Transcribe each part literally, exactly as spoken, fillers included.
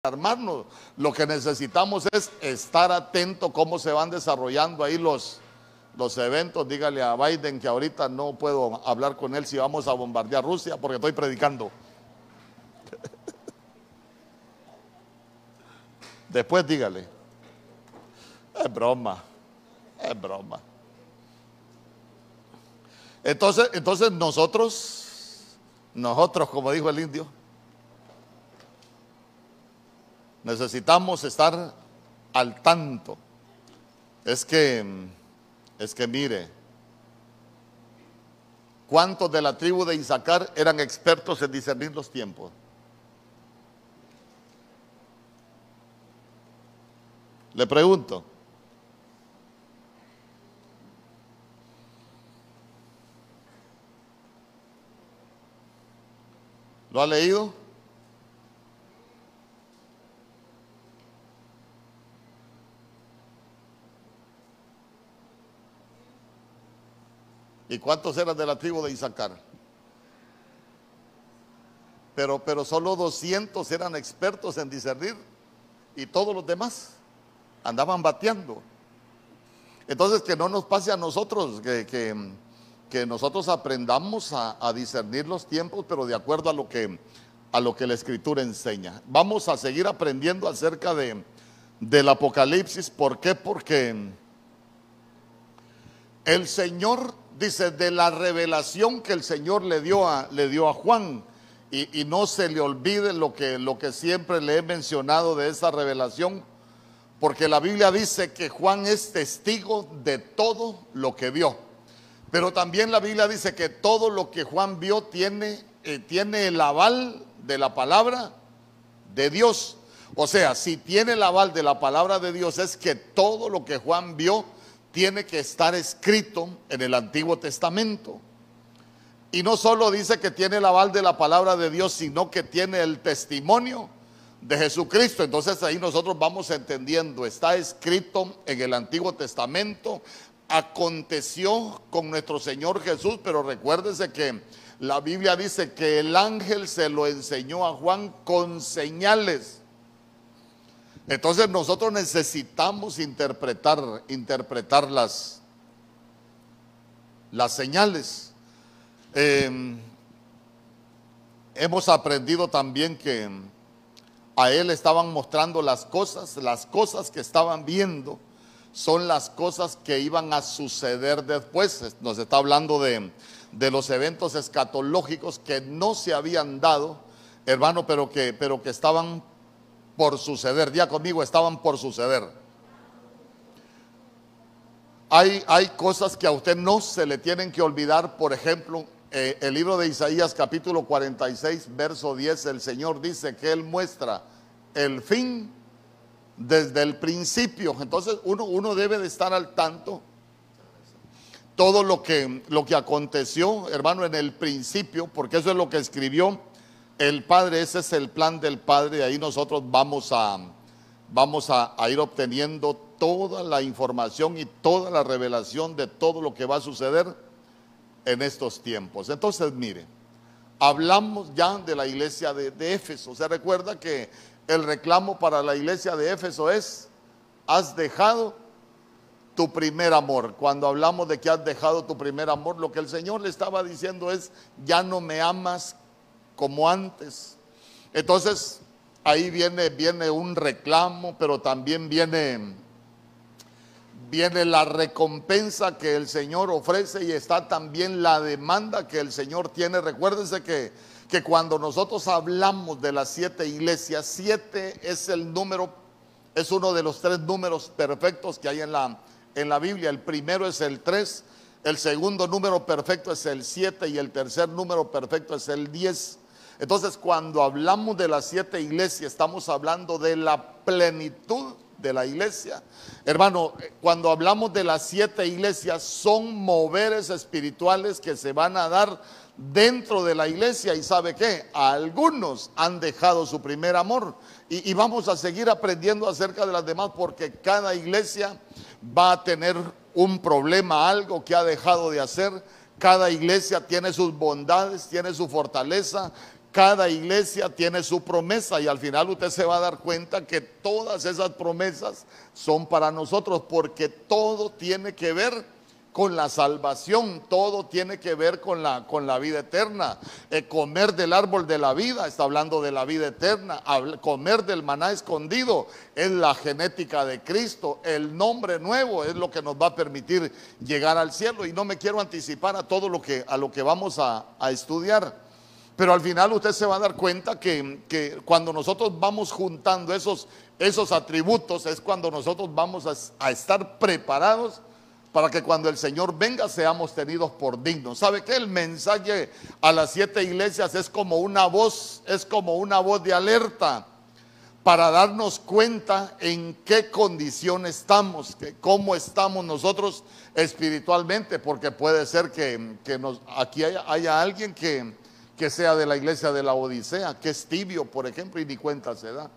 armarnos. Lo que necesitamos es estar atento cómo se van desarrollando ahí los, los eventos. Dígale a Biden que ahorita no puedo hablar con él si vamos a bombardear Rusia porque estoy predicando. Después dígale. Es broma, es broma. Entonces, entonces nosotros, nosotros como dijo el indio, necesitamos estar al tanto. Es que, es que mire, ¿cuántos de la tribu de Isaacar eran expertos en discernir los tiempos? Le pregunto. ¿Lo ha leído? ¿Y cuántos eran de la tribu de Isaacar? Pero, pero solo doscientos eran expertos en discernir y todos los demás andaban bateando. Entonces que no nos pase a nosotros, que, que, que nosotros aprendamos a, a discernir los tiempos, pero de acuerdo a lo que, a lo que la Escritura enseña. Vamos a seguir aprendiendo acerca de, del Apocalipsis. ¿Por qué? Porque el Señor dice de la revelación que el Señor le dio a, le dio a Juan, y, y no se le olvide lo que, lo que siempre le he mencionado de esa revelación, porque la Biblia dice que Juan es testigo de todo lo que vio, pero también la Biblia dice que todo lo que Juan vio tiene, eh, tiene el aval de la palabra de Dios. O sea, si tiene el aval de la palabra de Dios, es que todo lo que Juan vio tiene que estar escrito en el Antiguo Testamento. Y no solo dice que tiene el aval de la palabra de Dios, sino que tiene el testimonio de Jesucristo. Entonces ahí nosotros vamos entendiendo, está escrito en el Antiguo Testamento, aconteció con nuestro Señor Jesús, pero recuérdese que la Biblia dice que el ángel se lo enseñó a Juan con señales. Entonces nosotros necesitamos interpretar, interpretar las, las señales. Eh, hemos aprendido también que a él estaban mostrando las cosas, las cosas que estaban viendo son las cosas que iban a suceder después. Nos está hablando de, de los eventos escatológicos que no se habían dado, hermano, pero que, pero que estaban por suceder. Diga conmigo, estaban por suceder. Hay, hay cosas que a usted no se le tienen que olvidar. Por ejemplo, eh, el libro de Isaías capítulo cuarenta y seis verso diez, el Señor dice que Él muestra el fin desde el principio. Entonces uno, uno debe de estar al tanto todo lo que, lo que aconteció, hermano, en el principio, porque eso es lo que escribió el Padre. Ese es el plan del Padre, y ahí nosotros vamos a, vamos a, a ir obteniendo toda la información y toda la revelación de todo lo que va a suceder en estos tiempos. Entonces, mire, hablamos ya de la iglesia de, de Éfeso. Se recuerda que el reclamo para la iglesia de Éfeso es: has dejado tu primer amor. Cuando hablamos de que has dejado tu primer amor, lo que el Señor le estaba diciendo es: ya no me amas como antes. Entonces ahí viene, viene un reclamo, pero también viene, viene la recompensa que el Señor ofrece, y está también la demanda que el Señor tiene. Recuérdense que, que cuando nosotros hablamos de las siete iglesias, siete es el número, es uno de los tres números perfectos que hay en la, en la Biblia. El primero es el tres, el segundo número perfecto es el siete y el tercer número perfecto es el diez. Entonces, cuando hablamos de las siete iglesias, estamos hablando de la plenitud de la iglesia. Hermano, cuando hablamos de las siete iglesias, son moveres espirituales que se van a dar dentro de la iglesia. ¿Y sabe qué? Algunos han dejado su primer amor, y, y vamos a seguir aprendiendo acerca de las demás, porque cada iglesia va a tener un problema, algo que ha dejado de hacer. Cada iglesia tiene sus bondades, tiene su fortaleza. Cada iglesia tiene su promesa y al final usted se va a dar cuenta que todas esas promesas son para nosotros, porque todo tiene que ver con la salvación, todo tiene que ver con la, con la vida eterna. Eh, comer del árbol de la vida está hablando de la vida eterna. Habl- comer del maná escondido es la genética de Cristo. El nombre nuevo es lo que nos va a permitir llegar al cielo. Y no me quiero anticipar a todo lo que, a lo que vamos a, a estudiar, pero al final usted se va a dar cuenta que, que cuando nosotros vamos juntando esos, esos atributos es cuando nosotros vamos a, a estar preparados para que cuando el Señor venga seamos tenidos por dignos. ¿Sabe qué? El mensaje a las siete iglesias es como una voz, es como una voz de alerta para darnos cuenta en qué condición estamos, que cómo estamos nosotros espiritualmente, porque puede ser que, que nos, aquí haya, haya alguien que, que sea de la iglesia de la Odisea, que es tibio, por ejemplo, y ni cuenta se da.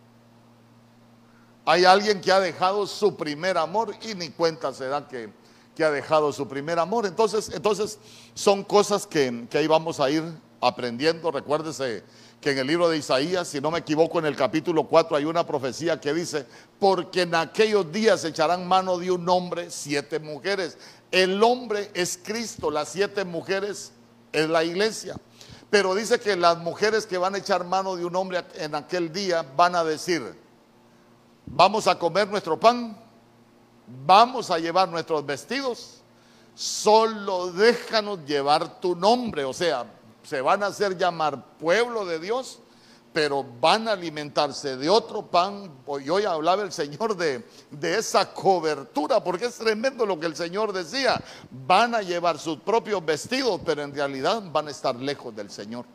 Hay alguien que ha dejado su primer amor y ni cuenta se da que, que ha dejado su primer amor. Entonces, entonces son cosas que, que ahí vamos a ir aprendiendo. Recuérdese que en el libro de Isaías, si no me equivoco, en el capítulo cuatro hay una profecía que dice: porque en aquellos días echarán mano de un hombre siete mujeres. El hombre es Cristo, las siete mujeres es la iglesia. Pero dice que las mujeres que van a echar mano de un hombre en aquel día van a decir: vamos a comer nuestro pan, vamos a llevar nuestros vestidos, solo déjanos llevar tu nombre. O sea, se van a hacer llamar pueblo de Dios, pero van a alimentarse de otro pan. Y hoy hablaba el Señor de, de esa cobertura, porque es tremendo lo que el Señor decía. Van a llevar sus propios vestidos, pero en realidad van a estar lejos del Señor.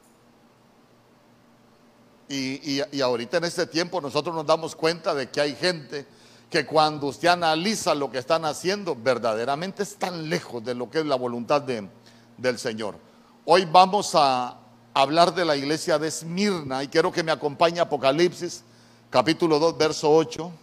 Y, y, y ahorita en este tiempo nosotros nos damos cuenta de que hay gente que cuando usted analiza lo que están haciendo, verdaderamente están lejos de lo que es la voluntad de, del Señor. Hoy vamos a hablar de la iglesia de Esmirna y quiero que me acompañe Apocalipsis capítulo dos verso ocho.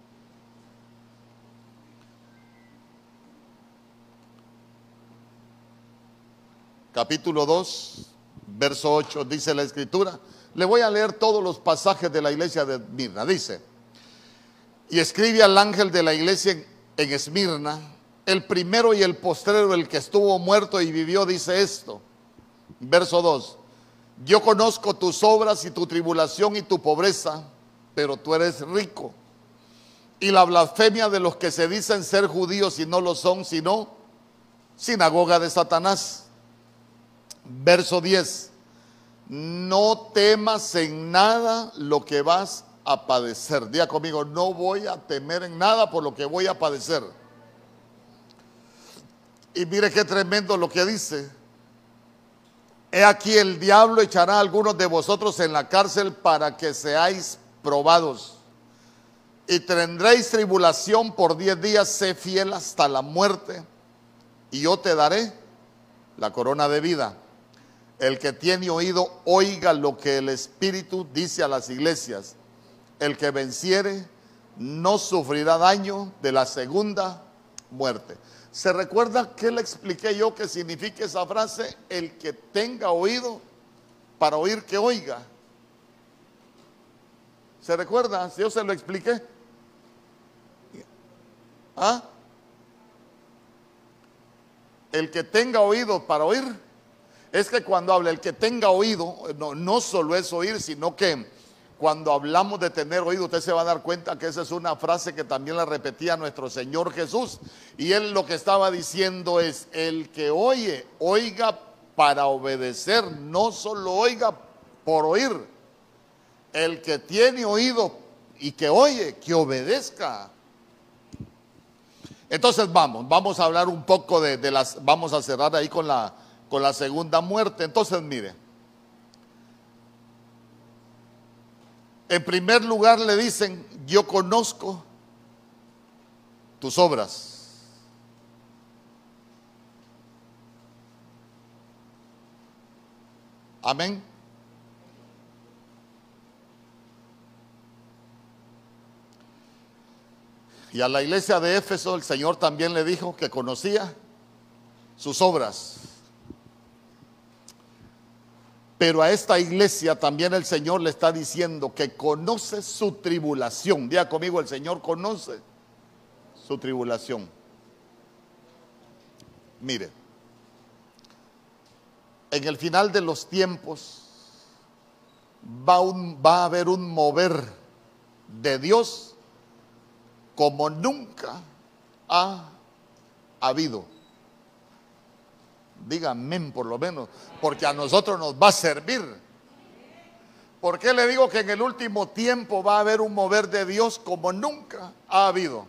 Capítulo dos verso ocho dice la escritura. Le voy a leer todos los pasajes de la iglesia de Esmirna. Dice: y escribe al ángel de la iglesia en, en Esmirna, el primero y el postrero, el que estuvo muerto y vivió, dice esto. Verso dos: yo conozco tus obras y tu tribulación y tu pobreza, pero tú eres rico. Y la blasfemia de los que se dicen ser judíos y no lo son, sino sinagoga de Satanás. Verso diez: no temas en nada lo que vas a padecer. Diga conmigo: no voy a temer en nada por lo que voy a padecer. Y mire qué tremendo lo que dice: he aquí el diablo echará a algunos de vosotros en la cárcel para que seáis probados, y tendréis tribulación por diez días. Sé fiel hasta la muerte, y yo te daré la corona de vida. El que tiene oído, oiga lo que el Espíritu dice a las iglesias. El que venciere no sufrirá daño de la segunda muerte. ¿Se recuerda que le expliqué yo que significa esa frase? El que tenga oído para oír, que oiga. ¿Se recuerda? Si yo se lo expliqué. ¿Ah? El que tenga oído para oír. Es que cuando habla el que tenga oído, no, no solo es oír, sino que cuando hablamos de tener oído, usted se va a dar cuenta que esa es una frase que también la repetía nuestro Señor Jesús. Y él lo que estaba diciendo es: el que oye, oiga para obedecer, no solo oiga por oír. El que tiene oído y que oye, que obedezca. Entonces vamos, vamos a hablar un poco de, de las, vamos a cerrar ahí con la... con la segunda muerte. Entonces mire, en primer lugar le dicen: yo conozco tus obras. Amén. Y a la iglesia de Éfeso el Señor también le dijo que conocía sus obras. Pero a esta iglesia también el Señor le está diciendo que conoce su tribulación. Diga conmigo, el Señor conoce su tribulación. Mire, en el final de los tiempos va, un, va a haber un mover de Dios como nunca ha habido. Diga amén por lo menos, porque a nosotros nos va a servir. ¿Por qué le digo que en el último tiempo va a haber un mover de Dios como nunca ha habido?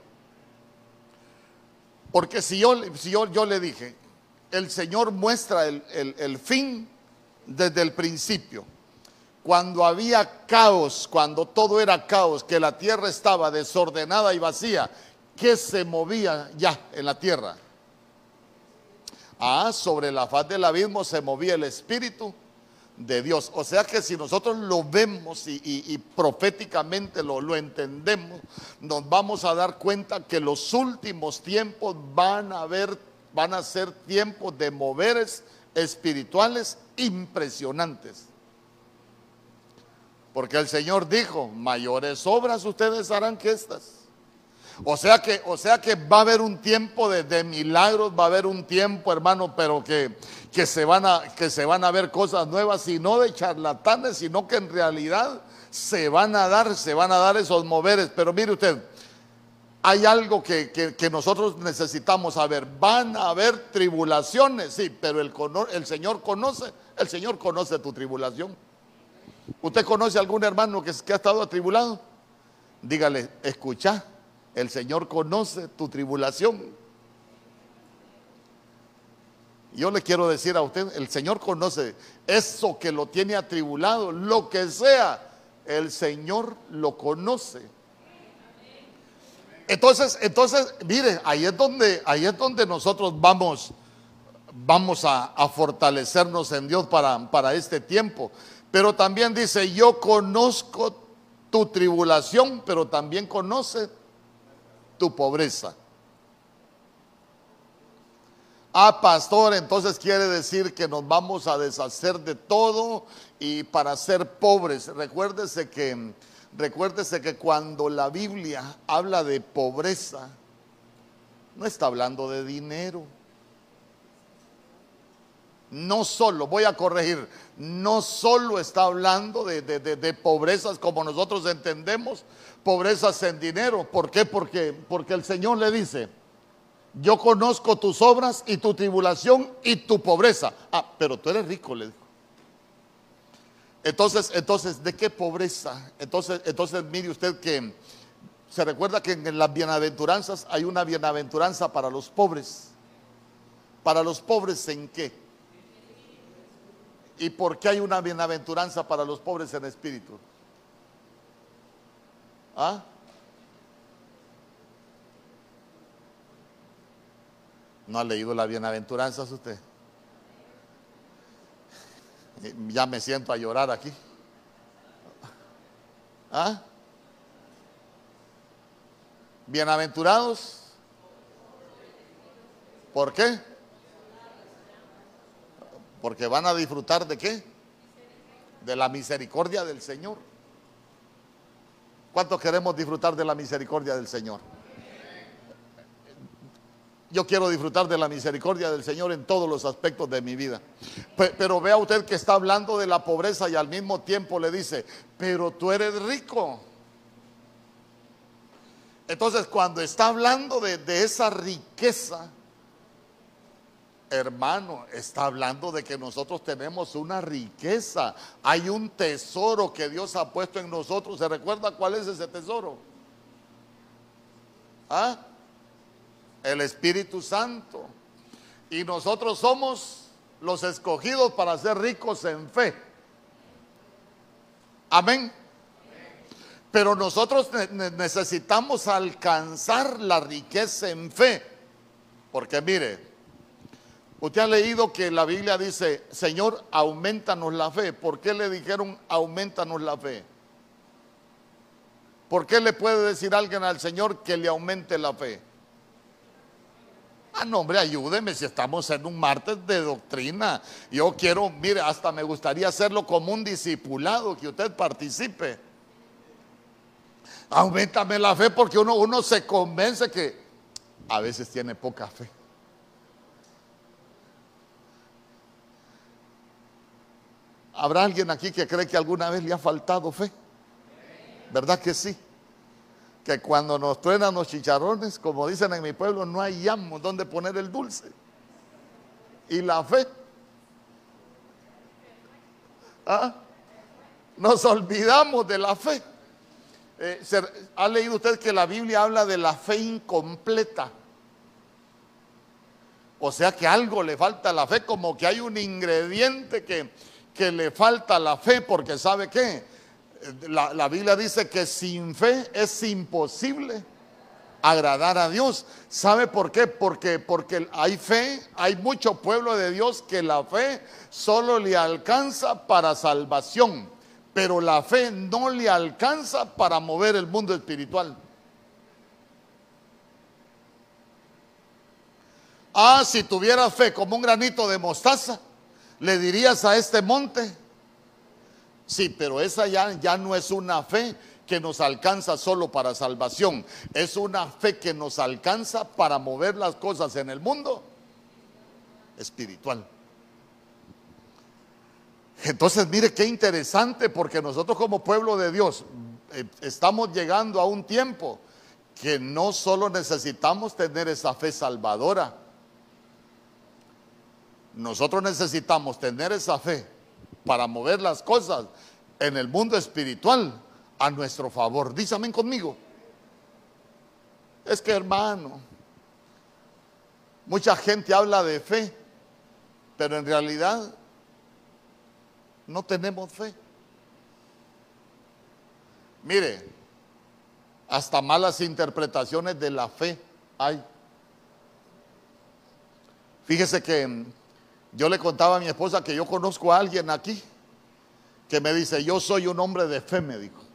Porque si yo, si yo, yo le dije, el Señor muestra el, el, el fin desde el principio. Cuando había caos, cuando todo era caos, que la tierra estaba desordenada y vacía, ¿qué se movía ya en la tierra? Ah, sobre la faz del abismo se movía el Espíritu de Dios. O sea que si nosotros lo vemos y, y, y proféticamente lo, lo entendemos, nos vamos a dar cuenta que los últimos tiempos van a haber, van a ser tiempos de moveres espirituales impresionantes. Porque el Señor dijo, mayores obras ustedes harán que estas. O sea que, o sea que va a haber un tiempo de, de milagros, va a haber un tiempo, hermano, pero que, que, se van a, que se van a ver cosas nuevas, y no de charlatanes, sino que en realidad se van a dar, se van a dar esos moveres. Pero mire usted, hay algo que, que, que nosotros necesitamos saber. Van a haber tribulaciones, sí, pero el, el Señor conoce, el Señor conoce tu tribulación. ¿Usted conoce a algún hermano que, que ha estado atribulado? Dígale, escucha, el Señor conoce tu tribulación. Yo le quiero decir a usted, el Señor conoce eso que lo tiene atribulado, lo que sea, el Señor lo conoce. Entonces, entonces, mire, ahí es donde, ahí es donde nosotros vamos, vamos a, a fortalecernos en Dios para, para este tiempo. Pero también dice, yo conozco tu tribulación, pero también conoce tu pobreza. Ah, pastor, entonces quiere decir que nos vamos a deshacer de todo y para ser pobres. Recuérdese que, recuérdese que cuando la Biblia habla de pobreza, no está hablando de dinero. No solo, voy a corregir, no solo está hablando de, de, de, de pobrezas como nosotros entendemos, pobrezas en dinero. ¿Por qué? Porque, porque el Señor le dice, yo conozco tus obras y tu tribulación y tu pobreza. Ah, pero tú eres rico, le dijo. Entonces, entonces, ¿de qué pobreza? Entonces, entonces mire usted que se recuerda que en las bienaventuranzas hay una bienaventuranza para los pobres. ¿Para los pobres en qué? ¿Y por qué hay una bienaventuranza para los pobres en espíritu? ¿Ah? ¿No ha leído las bienaventuranzas usted? Ya me siento a llorar aquí. ¿Ah? Bienaventurados. ¿Por qué? Porque van a disfrutar ¿de qué? De la misericordia del Señor. ¿Cuántos queremos disfrutar de la misericordia del Señor? Yo quiero disfrutar de la misericordia del Señor en todos los aspectos de mi vida. Pero vea usted que está hablando de la pobreza y al mismo tiempo le dice, pero tú eres rico. Entonces, cuando está hablando de, de esa riqueza, hermano, está hablando de que nosotros tenemos una riqueza. Hay un tesoro que Dios ha puesto en nosotros. ¿Se recuerda cuál es ese tesoro? ¿Ah? El Espíritu Santo. Y nosotros somos los escogidos para ser ricos en fe. Amén. Pero nosotros necesitamos alcanzar la riqueza en fe. Porque mire, usted ha leído que la Biblia dice, Señor, aumentanos la fe. ¿Por qué le dijeron aumentanos la fe? ¿Por qué le puede decir alguien al Señor que le aumente la fe? Ah, no, hombre, ayúdeme si estamos en un martes de doctrina. Yo quiero, mire, hasta me gustaría hacerlo como un discipulado, que usted participe. Aumentame la fe, porque uno, uno se convence que a veces tiene poca fe. ¿Habrá alguien aquí que cree que alguna vez le ha faltado fe? ¿Verdad que sí? Que cuando nos truenan los chicharrones, como dicen en mi pueblo, no hallamos dónde poner el dulce. ¿Y la fe? ¿Ah? Nos olvidamos de la fe. Eh, se, ¿Ha leído usted que la Biblia habla de la fe incompleta? O sea que algo le falta a la fe, como que hay un ingrediente que, que le falta a la fe, porque ¿sabe qué? La, la Biblia dice que sin fe es imposible agradar a Dios. ¿Sabe por qué? Porque, porque hay fe, hay mucho pueblo de Dios que la fe solo le alcanza para salvación, pero la fe no le alcanza para mover el mundo espiritual. Ah, si tuvieras fe como un granito de mostaza, le dirías a este monte. Sí, pero esa ya, ya no es una fe que nos alcanza solo para salvación. Es una fe que nos alcanza para mover las cosas en el mundo espiritual. Entonces, mire qué interesante, porque nosotros como pueblo de Dios eh, estamos llegando a un tiempo que no solo necesitamos tener esa fe salvadora. Nosotros necesitamos tener esa fe para mover las cosas en el mundo espiritual a nuestro favor. Dice amén conmigo. Es que, hermano, mucha gente habla de fe, pero en realidad no tenemos fe. Mire, hasta malas interpretaciones de la fe hay. Fíjese que yo le contaba a mi esposa que yo conozco a alguien aquí que me dice: yo soy un hombre de fe, me dijo.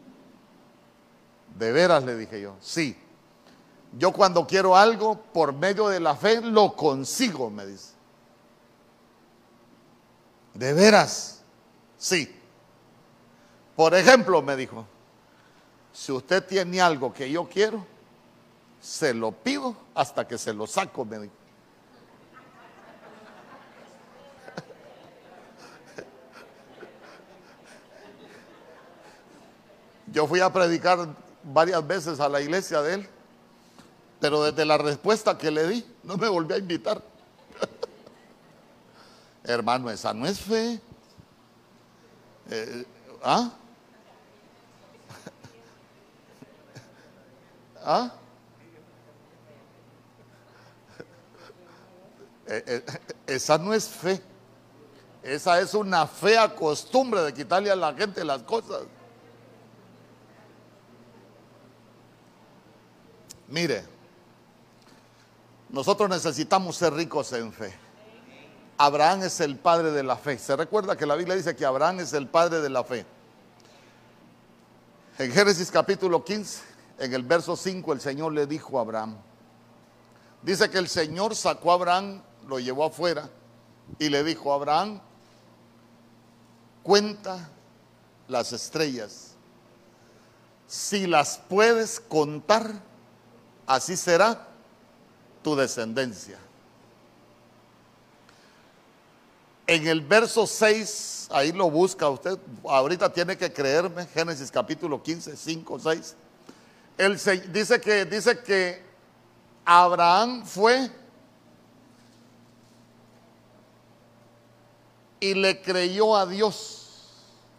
¿De veras? Le dije yo. Sí. Yo cuando quiero algo, por medio de la fe, lo consigo, me dice. ¿De veras? Sí. Por ejemplo, me dijo, si usted tiene algo que yo quiero, se lo pido hasta que se lo saco, me dijo. Yo fui a predicar varias veces a la iglesia de él, pero desde la respuesta que le di, no me volvió a invitar. Hermano, esa no es fe. Eh, ¿Ah? ¿Ah? Eh, eh, esa no es fe. Esa es una fea costumbre de quitarle a la gente las cosas. Mire, nosotros necesitamos ser ricos en fe. Abraham es el padre de la fe. Se recuerda que la Biblia dice que Abraham es el padre de la fe. En Génesis capítulo quince, en el verso cinco, el Señor le dijo a Abraham. Dice que el Señor sacó a Abraham, lo llevó afuera y le dijo: Abraham, cuenta las estrellas. Si las puedes contar, así será tu descendencia. En el verso seis, ahí lo busca usted, ahorita tiene que creerme, Génesis capítulo quince, cinco, seis. Él se, dice, que, dice que Abraham fue y le creyó a Dios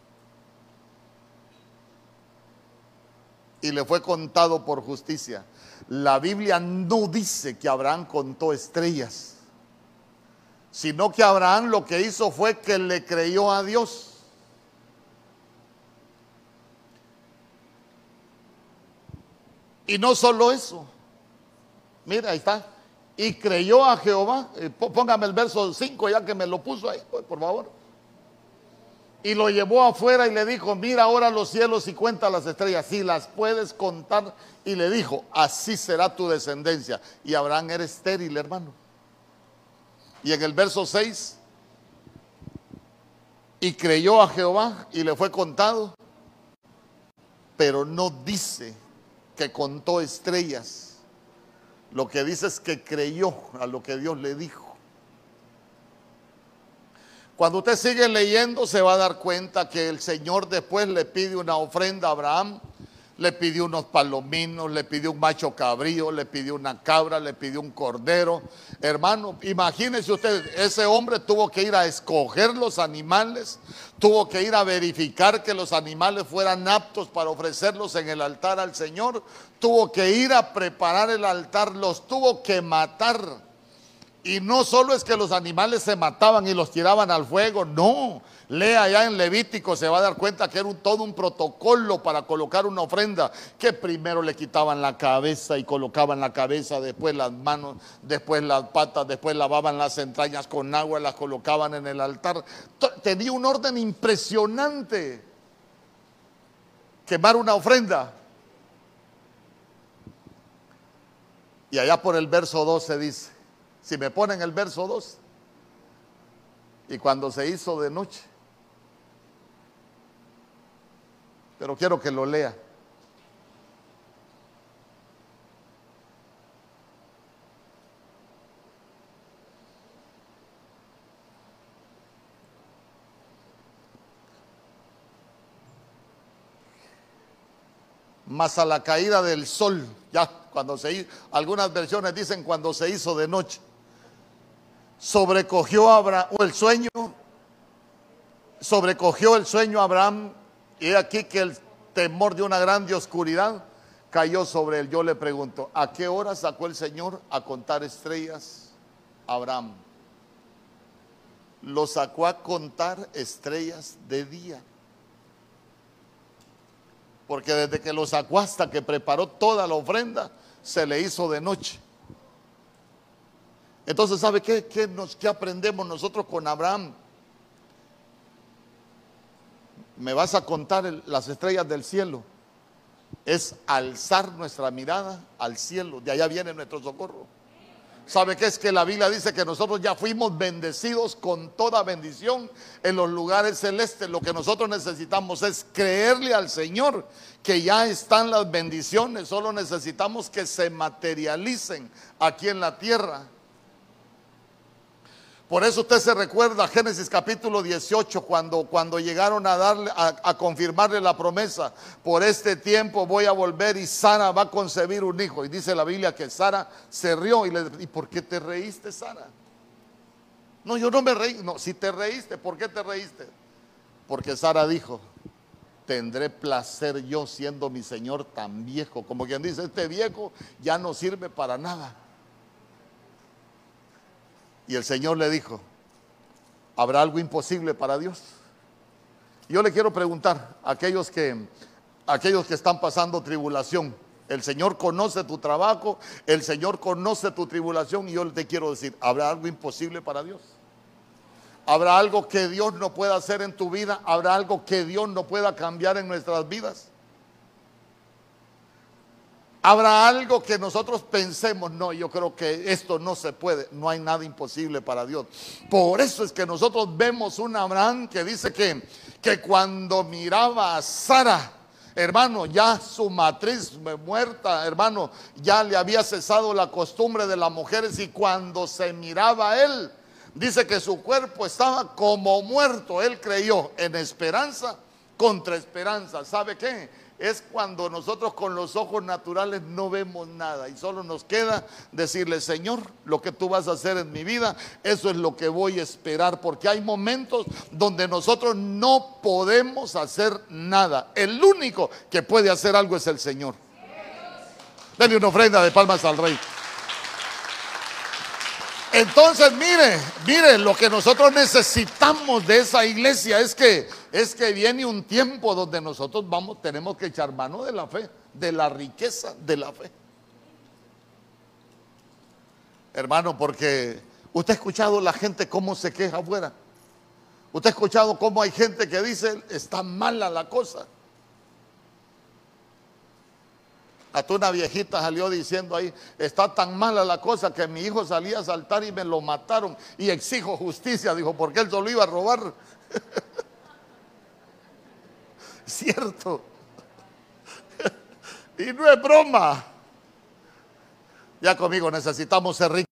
y le fue contado por justicia. La Biblia no dice que Abraham contó estrellas, sino que Abraham lo que hizo fue que le creyó a Dios. Y no solo eso, mira, ahí está. Y creyó a Jehová. Póngame el verso cinco ya que me lo puso ahí, por favor. Y lo llevó afuera y le dijo, mira ahora los cielos y cuenta las estrellas, si las puedes contar. Y le dijo, así será tu descendencia. Y Abraham era estéril, hermano. Y en el verso seis, y creyó a Jehová y le fue contado, pero no dice que contó estrellas. Lo que dice es que creyó a lo que Dios le dijo. Cuando usted sigue leyendo se va a dar cuenta que el Señor después le pide una ofrenda a Abraham, le pidió unos palominos, le pidió un macho cabrío, le pidió una cabra, le pidió un cordero. Hermano, imagínese usted, ese hombre tuvo que ir a escoger los animales, tuvo que ir a verificar que los animales fueran aptos para ofrecerlos en el altar al Señor, tuvo que ir a preparar el altar, los tuvo que matar. Y no solo es que los animales se mataban y los tiraban al fuego, no. Lea allá en Levítico, se va a dar cuenta que era un, todo un protocolo para colocar una ofrenda, que primero le quitaban la cabeza y colocaban la cabeza, después las manos, después las patas, después lavaban las entrañas con agua, las colocaban en el altar. Tenía un orden impresionante. Quemar una ofrenda. Y allá por el verso doce dice, si me ponen el verso dos, y cuando se hizo de noche, pero quiero que lo lea. Mas a la caída del sol, ya cuando se hizo, algunas versiones dicen cuando se hizo de noche, sobrecogió a Abraham el sueño, sobrecogió el sueño a Abraham, y he aquí que el temor de una grande oscuridad cayó sobre él. Yo le pregunto, ¿a qué hora sacó el Señor a contar estrellas a Abraham? Lo sacó a contar estrellas de día. Porque desde que lo sacó hasta que preparó toda la ofrenda, se le hizo de noche. Entonces, ¿sabe qué? ¿Qué, nos, qué aprendemos nosotros con Abraham? Me vas a contar el, las estrellas del cielo. Es alzar nuestra mirada al cielo. De allá viene nuestro socorro. ¿Sabe qué? Es que la Biblia dice que nosotros ya fuimos bendecidos con toda bendición en los lugares celestes. Lo que nosotros necesitamos es creerle al Señor que ya están las bendiciones. Solo necesitamos que se materialicen aquí en la tierra. Por eso usted se recuerda Génesis capítulo dieciocho, cuando, cuando llegaron a darle, a, a confirmarle la promesa, por este tiempo voy a volver y Sara va a concebir un hijo. Y dice la Biblia que Sara se rió y le dijo, ¿y por qué te reíste, Sara? No, yo no me reí. No, si te reíste, ¿por qué te reíste? Porque Sara dijo, tendré placer yo siendo mi señor tan viejo. Como quien dice, este viejo ya no sirve para nada. Y el Señor le dijo, ¿habrá algo imposible para Dios? Yo le quiero preguntar a aquellos que, a aquellos que están pasando tribulación. El Señor conoce tu trabajo, el Señor conoce tu tribulación, y yo te quiero decir, ¿habrá algo imposible para Dios? ¿Habrá algo que Dios no pueda hacer en tu vida? ¿Habrá algo que Dios no pueda cambiar en nuestras vidas? ¿Habrá algo que nosotros pensemos? No, yo creo que esto no se puede. No hay nada imposible para Dios. Por eso es que nosotros vemos un Abraham que dice que, que cuando miraba a Sara, hermano, ya su matriz muerta, hermano, ya le había cesado la costumbre de las mujeres, y cuando se miraba a él, dice que su cuerpo estaba como muerto. Él creyó en esperanza contra esperanza. ¿Sabe qué? Es cuando nosotros con los ojos naturales no vemos nada y solo nos queda decirle, Señor, lo que tú vas a hacer en mi vida, eso es lo que voy a esperar, porque hay momentos donde nosotros no podemos hacer nada. El único que puede hacer algo es el Señor. Denle una ofrenda de palmas al Rey. Entonces, mire, mire, lo que nosotros necesitamos de esa iglesia es que, es que viene un tiempo donde nosotros vamos, tenemos que echar mano de la fe, de la riqueza de la fe. Hermano, porque usted ha escuchado la gente cómo se queja afuera. Usted ha escuchado cómo hay gente que dice, está mala la cosa. Hasta una viejita salió diciendo ahí, está tan mala la cosa que mi hijo salía a saltar y me lo mataron y exijo justicia. Dijo, porque él solo iba a robar. Cierto. Y no es broma. Ya conmigo, necesitamos ser ricos.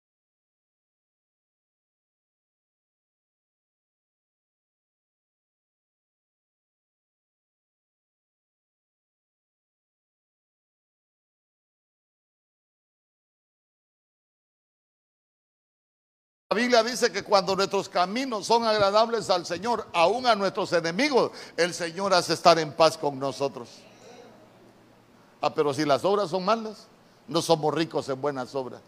La Biblia dice que cuando nuestros caminos son agradables al Señor, aún a nuestros enemigos, el Señor hace estar en paz con nosotros. Ah, pero si las obras son malas, no somos ricos en buenas obras.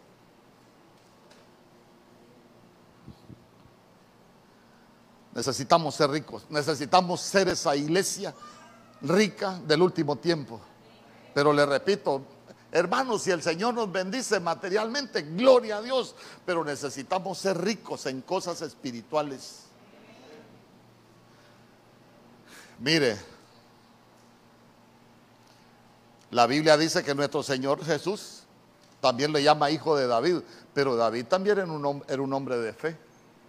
Necesitamos ser ricos, necesitamos ser esa iglesia rica del último tiempo. Pero le repito, hermanos, si el Señor nos bendice materialmente, gloria a Dios, pero necesitamos ser ricos en cosas espirituales. Mire, la Biblia dice que nuestro Señor Jesús también le llama hijo de David, pero David también era un, era un hombre de fe.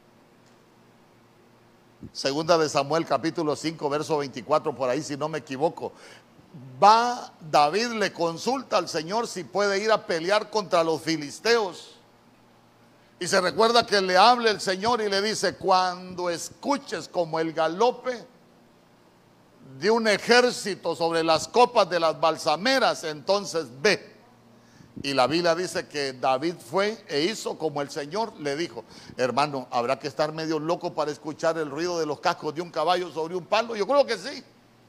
Segunda de Samuel capítulo cinco verso veinticuatro, por ahí si no me equivoco. Va David, le consulta al Señor si puede ir a pelear contra los filisteos. Y se recuerda que le habla el Señor y le dice, cuando escuches como el galope de un ejército sobre las copas de las balsameras, entonces ve. Y la Biblia dice que David fue e hizo como el Señor le dijo. Hermano, ¿habrá que estar medio loco para escuchar el ruido de los cascos de un caballo sobre un palo? Yo creo que sí.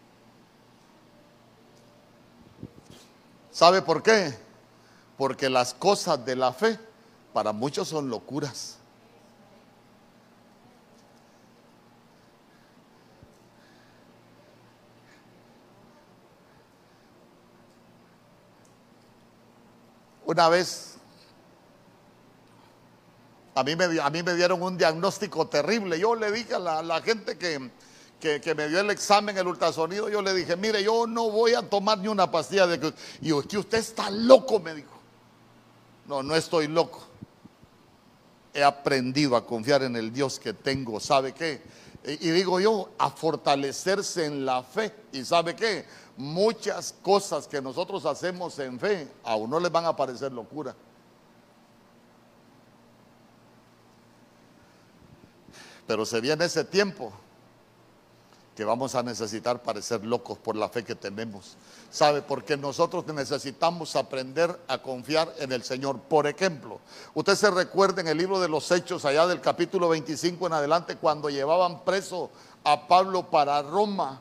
¿Sabe por qué? Porque las cosas de la fe para muchos son locuras. Una vez a mí me, a mí me dieron un diagnóstico terrible. Yo le dije a la, la gente que, que, que me dio el examen, el ultrasonido, yo le dije, mire, yo no voy a tomar ni una pastilla de que... Y yo, es que usted está loco, me dijo. No, no estoy loco. He aprendido a confiar en el Dios que tengo. ¿Sabe qué? Y, y digo yo, a fortalecerse en la fe. ¿Y sabe qué? Muchas cosas que nosotros hacemos en fe, a uno les van a parecer locura. Pero se viene ese tiempo que vamos a necesitar parecer locos por la fe que tenemos. ¿Sabe? Porque nosotros necesitamos aprender a confiar en el Señor. Por ejemplo, usted se recuerda en el libro de los Hechos, allá del capítulo veinticinco en adelante, cuando llevaban preso a Pablo para Roma.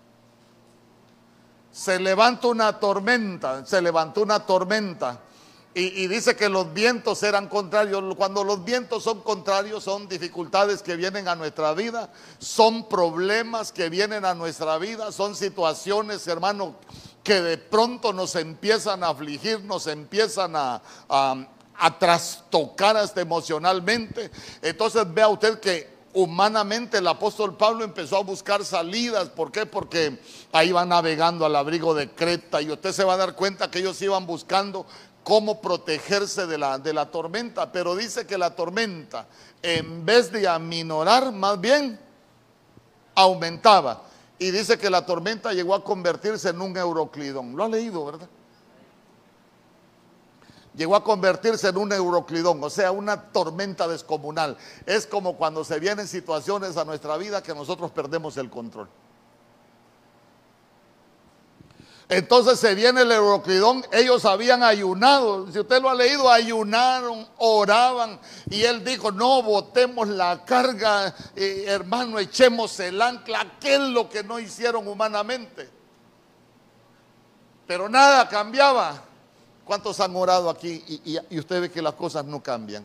Se levanta una tormenta, se levantó una tormenta. Y, y dice que los vientos eran contrarios. Cuando los vientos son contrarios, son dificultades que vienen a nuestra vida, son problemas que vienen a nuestra vida, son situaciones, hermano, que de pronto nos empiezan a afligir, nos empiezan a, a, a trastocar hasta emocionalmente. Entonces vea usted que humanamente el apóstol Pablo empezó a buscar salidas. ¿Por qué? Porque ahí va navegando al abrigo de Creta y usted se va a dar cuenta que ellos iban buscando cómo protegerse de la, de la tormenta. Pero dice que la tormenta, en vez de aminorar, más bien aumentaba. Y dice que la tormenta llegó a convertirse en un euroclidón. Lo ha leído, ¿verdad? Llegó a convertirse en un euroclidón, o sea, una tormenta descomunal. Es como cuando se vienen situaciones a nuestra vida que nosotros perdemos el control. Entonces se viene el euroclidón. Ellos habían ayunado, si usted lo ha leído, ayunaron, oraban, y él dijo, no botemos la carga, eh, hermano, echemos el ancla. ¿Qué es lo que no hicieron humanamente? Pero nada cambiaba. ¿Cuántos han orado aquí y, y, y usted ve que las cosas no cambian?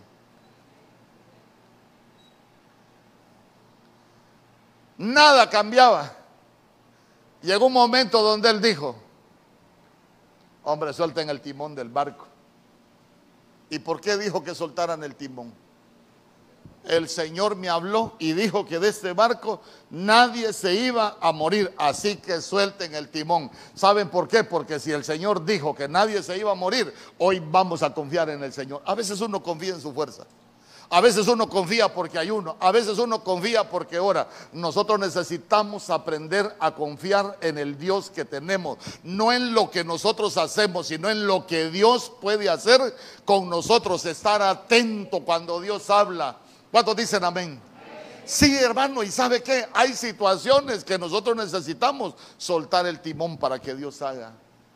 Nada cambiaba. Llegó un momento donde él dijo, hombre, suelten el timón del barco. ¿Y por qué dijo que soltaran el timón? el Señor me habló y dijo que de este barco nadie se iba a morir, así que suelten el timón. ¿Saben por qué? Porque si el Señor dijo que nadie se iba a morir, hoy vamos a confiar en el Señor. A veces uno confía en su fuerza, a veces uno confía porque hay uno, a veces uno confía porque ora. Nosotros necesitamos aprender a confiar en el Dios que tenemos, no en lo que nosotros hacemos, sino en lo que Dios puede hacer con nosotros. Estar atento cuando Dios habla. ¿Cuántos dicen amén? Sí, hermano, y ¿sabe qué? Hay situaciones que nosotros necesitamos soltar el timón para que Dios haga.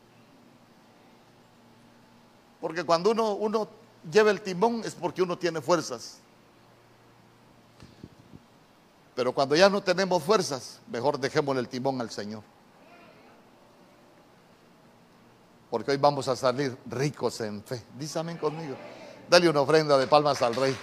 Porque cuando uno, uno lleva el timón es porque uno tiene fuerzas. Pero cuando ya no tenemos fuerzas, mejor dejémosle el timón al Señor. Porque hoy vamos a salir ricos en fe. Dice amén conmigo. Dale una ofrenda de palmas al Rey.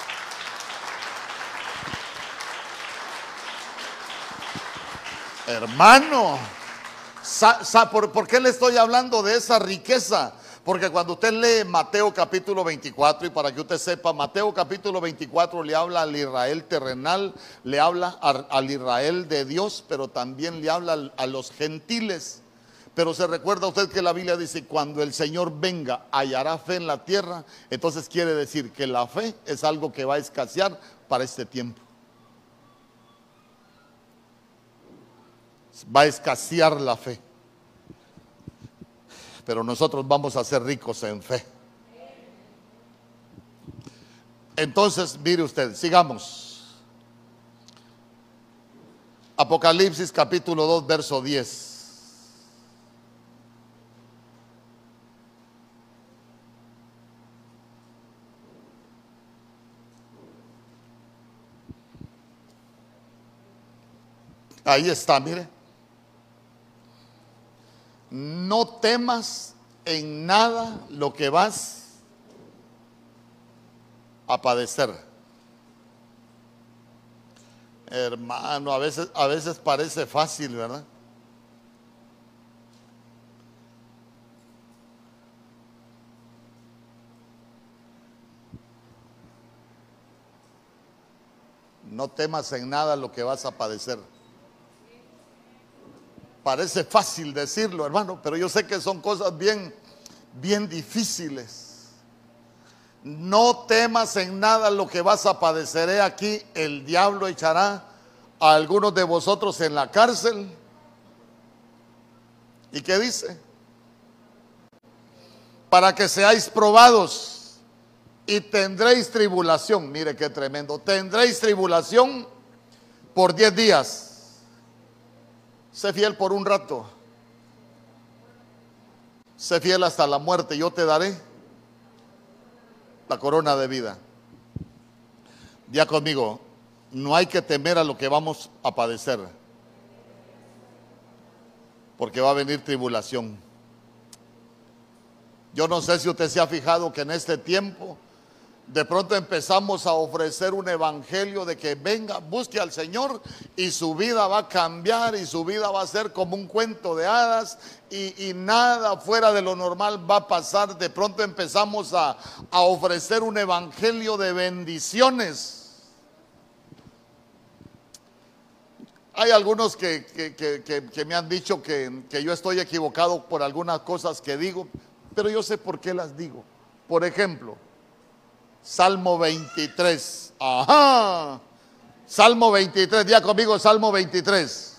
Hermano, sa, sa, ¿por, ¿por qué le estoy hablando de esa riqueza? Porque cuando usted lee Mateo capítulo veinticuatro, y para que usted sepa, Mateo capítulo veinticuatro le habla al Israel terrenal, le habla al, al Israel de Dios, pero también le habla al, a los gentiles. Pero se recuerda usted que la Biblia dice, cuando el Señor venga, hallará fe en la tierra. Entonces quiere decir que la fe es algo que va a escasear para este tiempo. Va a escasear la fe, pero nosotros vamos a ser ricos en fe. Entonces, mire usted, sigamos. Apocalipsis capítulo dos, verso diez. Ahí está, mire. No temas en nada lo que vas a padecer. Hermano, a veces, a veces parece fácil, ¿verdad? No temas en nada lo que vas a padecer. Parece fácil decirlo, hermano, pero yo sé que son cosas bien, bien difíciles. No temas en nada lo que vas a padecer. He aquí, el diablo echará a algunos de vosotros en la cárcel. ¿Y qué dice? Para que seáis probados y tendréis tribulación. Mire qué tremendo. Tendréis tribulación por diez días. Sé fiel por un rato. Sé fiel hasta la muerte. Yo te daré la corona de vida. Ya conmigo, no hay que temer a lo que vamos a padecer, porque va a venir tribulación. Yo no sé si usted se ha fijado que en este tiempo de pronto empezamos a ofrecer un evangelio de que venga, busque al Señor y su vida va a cambiar y su vida va a ser como un cuento de hadas y, y nada fuera de lo normal va a pasar. De pronto empezamos a, a ofrecer un evangelio de bendiciones. Hay algunos que, que, que, que, que me han dicho que, que yo estoy equivocado por algunas cosas que digo, pero yo sé por qué las digo. Por ejemplo, Salmo veintitrés. Ajá. Salmo veintitrés. Diga conmigo Salmo veintitrés.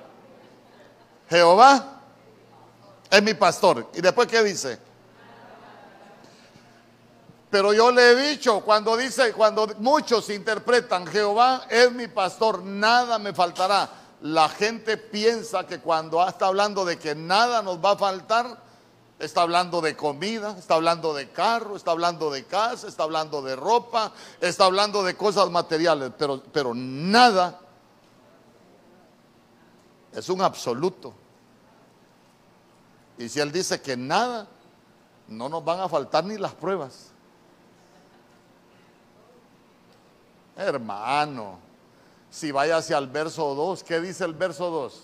Jehová es mi pastor. ¿Y después qué dice? Pero yo le he dicho, cuando dice, cuando muchos interpretan Jehová es mi pastor, nada me faltará. La gente piensa que cuando está hablando de que nada nos va a faltar, está hablando de comida, está hablando de carro, está hablando de casa, está hablando de ropa, está hablando de cosas materiales, pero, pero nada es un absoluto. Y si él dice que nada, no nos van a faltar ni las pruebas. Hermano, si vaya hacia el verso dos, ¿qué dice el verso dos?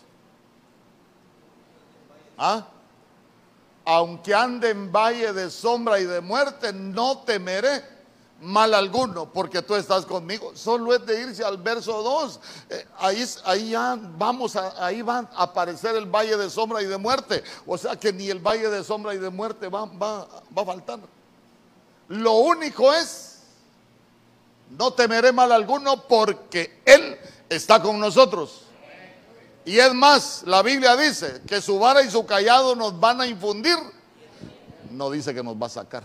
¿Ah? Aunque ande en valle de sombra y de muerte, no temeré, mal alguno, porque tú estás conmigo. Solo es de irse al verso dos. Eh, ahí, ahí ya vamos, a, ahí va a aparecer el valle de sombra y de muerte. O sea que ni el valle de sombra y de muerte va, va, va a faltar. Lo único es, no temeré mal alguno porque Él está con nosotros. Y es más, la Biblia dice que su vara y su cayado nos van a infundir. No dice que nos va a sacar.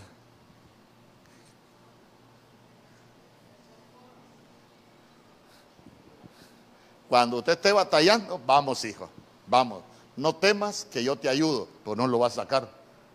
Cuando usted esté batallando, vamos, hijo, vamos. No temas que yo te ayudo, pues no lo va a sacar.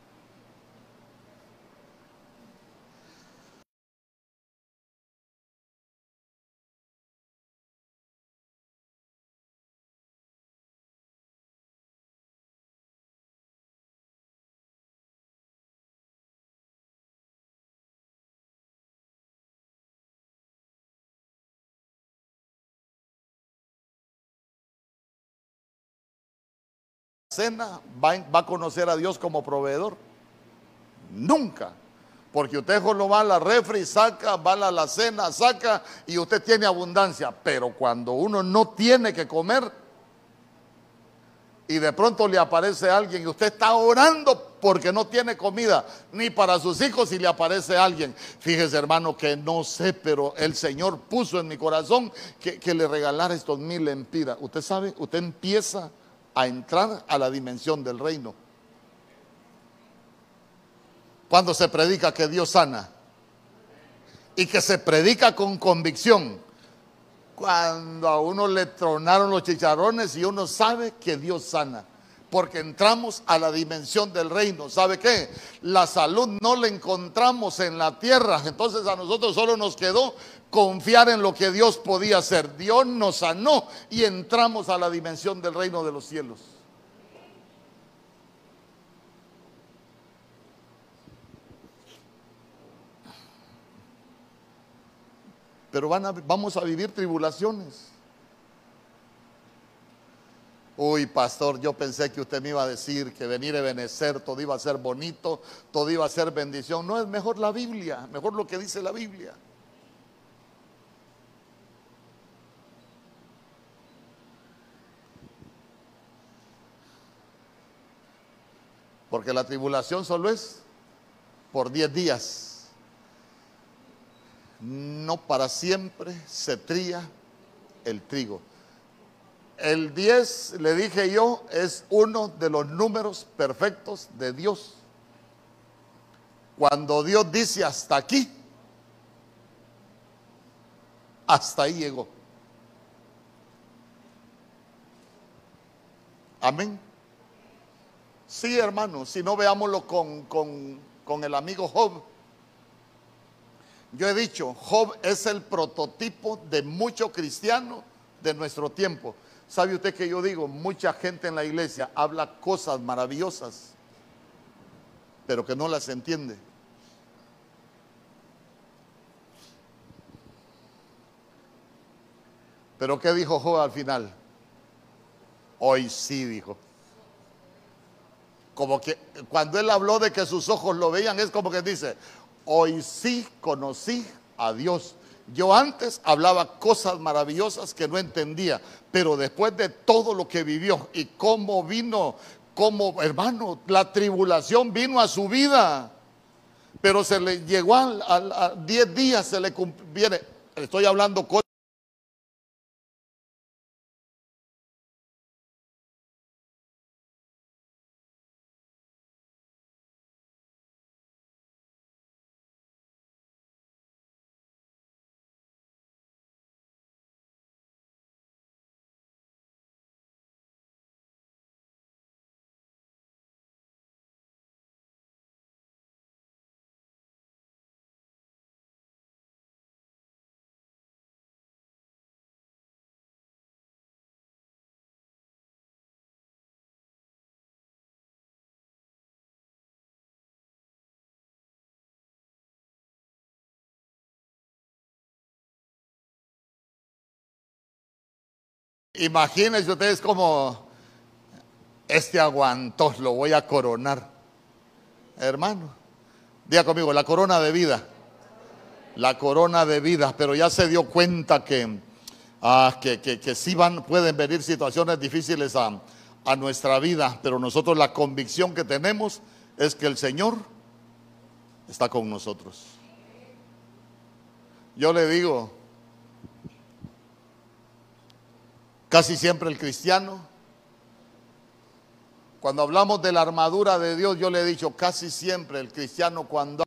Cena va, va a conocer a Dios como proveedor. Nunca. Porque usted solo va a la refri, saca, va a la cena, saca y usted tiene abundancia. Pero cuando uno no tiene que comer y de pronto le aparece alguien y usted está orando porque no tiene comida ni para sus hijos y le aparece alguien. Fíjese, hermano, que no sé, pero el Señor puso en mi corazón que, que le regalara estos mil lempiras. Usted sabe, usted empieza a entrar a la dimensión del reino. Cuando se predica que Dios sana y que se predica con convicción, cuando a uno le tronaron los chicharrones y uno sabe que Dios sana, porque entramos a la dimensión del reino. ¿Sabe qué? La salud no la encontramos en la tierra, entonces a nosotros solo nos quedó confiar en lo que Dios podía hacer. Dios nos sanó y entramos a la dimensión del reino de los cielos. Pero van a, vamos a vivir tribulaciones. Uy, pastor, yo pensé que usted me iba a decir que venir a Ebenecer, todo iba a ser bonito, todo iba a ser bendición. No, es mejor la Biblia, mejor lo que dice la Biblia. Porque la tribulación solo es por diez días. No para siempre se trilla el trigo. El diez, le dije yo, es uno de los números perfectos de Dios. Cuando Dios dice hasta aquí, hasta ahí llegó. Amén. Sí, hermano, si no, veámoslo con, con, con el amigo Job. Yo he dicho, Job es el prototipo de mucho cristiano de nuestro tiempo. ¿Sabe usted que yo digo? Mucha gente en la iglesia habla cosas maravillosas, pero que no las entiende. Pero ¿qué dijo Job al final? Hoy sí, dijo. Como que cuando él habló de que sus ojos lo veían, es como que dice, hoy sí conocí a Dios. Yo antes hablaba cosas maravillosas que no entendía, pero después de todo lo que vivió y cómo vino, como hermano, la tribulación vino a su vida, pero se le llegó a diez días, se le viene, estoy hablando cosas. Imagínense ustedes como este aguantó, lo voy a coronar. Hermano, diga conmigo, la corona de vida. la corona de vida, pero ya se dio cuenta que, ah, que, que, que sí van, pueden venir situaciones difíciles a, a nuestra vida, pero nosotros la convicción que tenemos es que el Señor está con nosotros. Yo le digo, casi siempre el cristiano, cuando hablamos de la armadura de Dios, yo le he dicho, casi siempre el cristiano cuando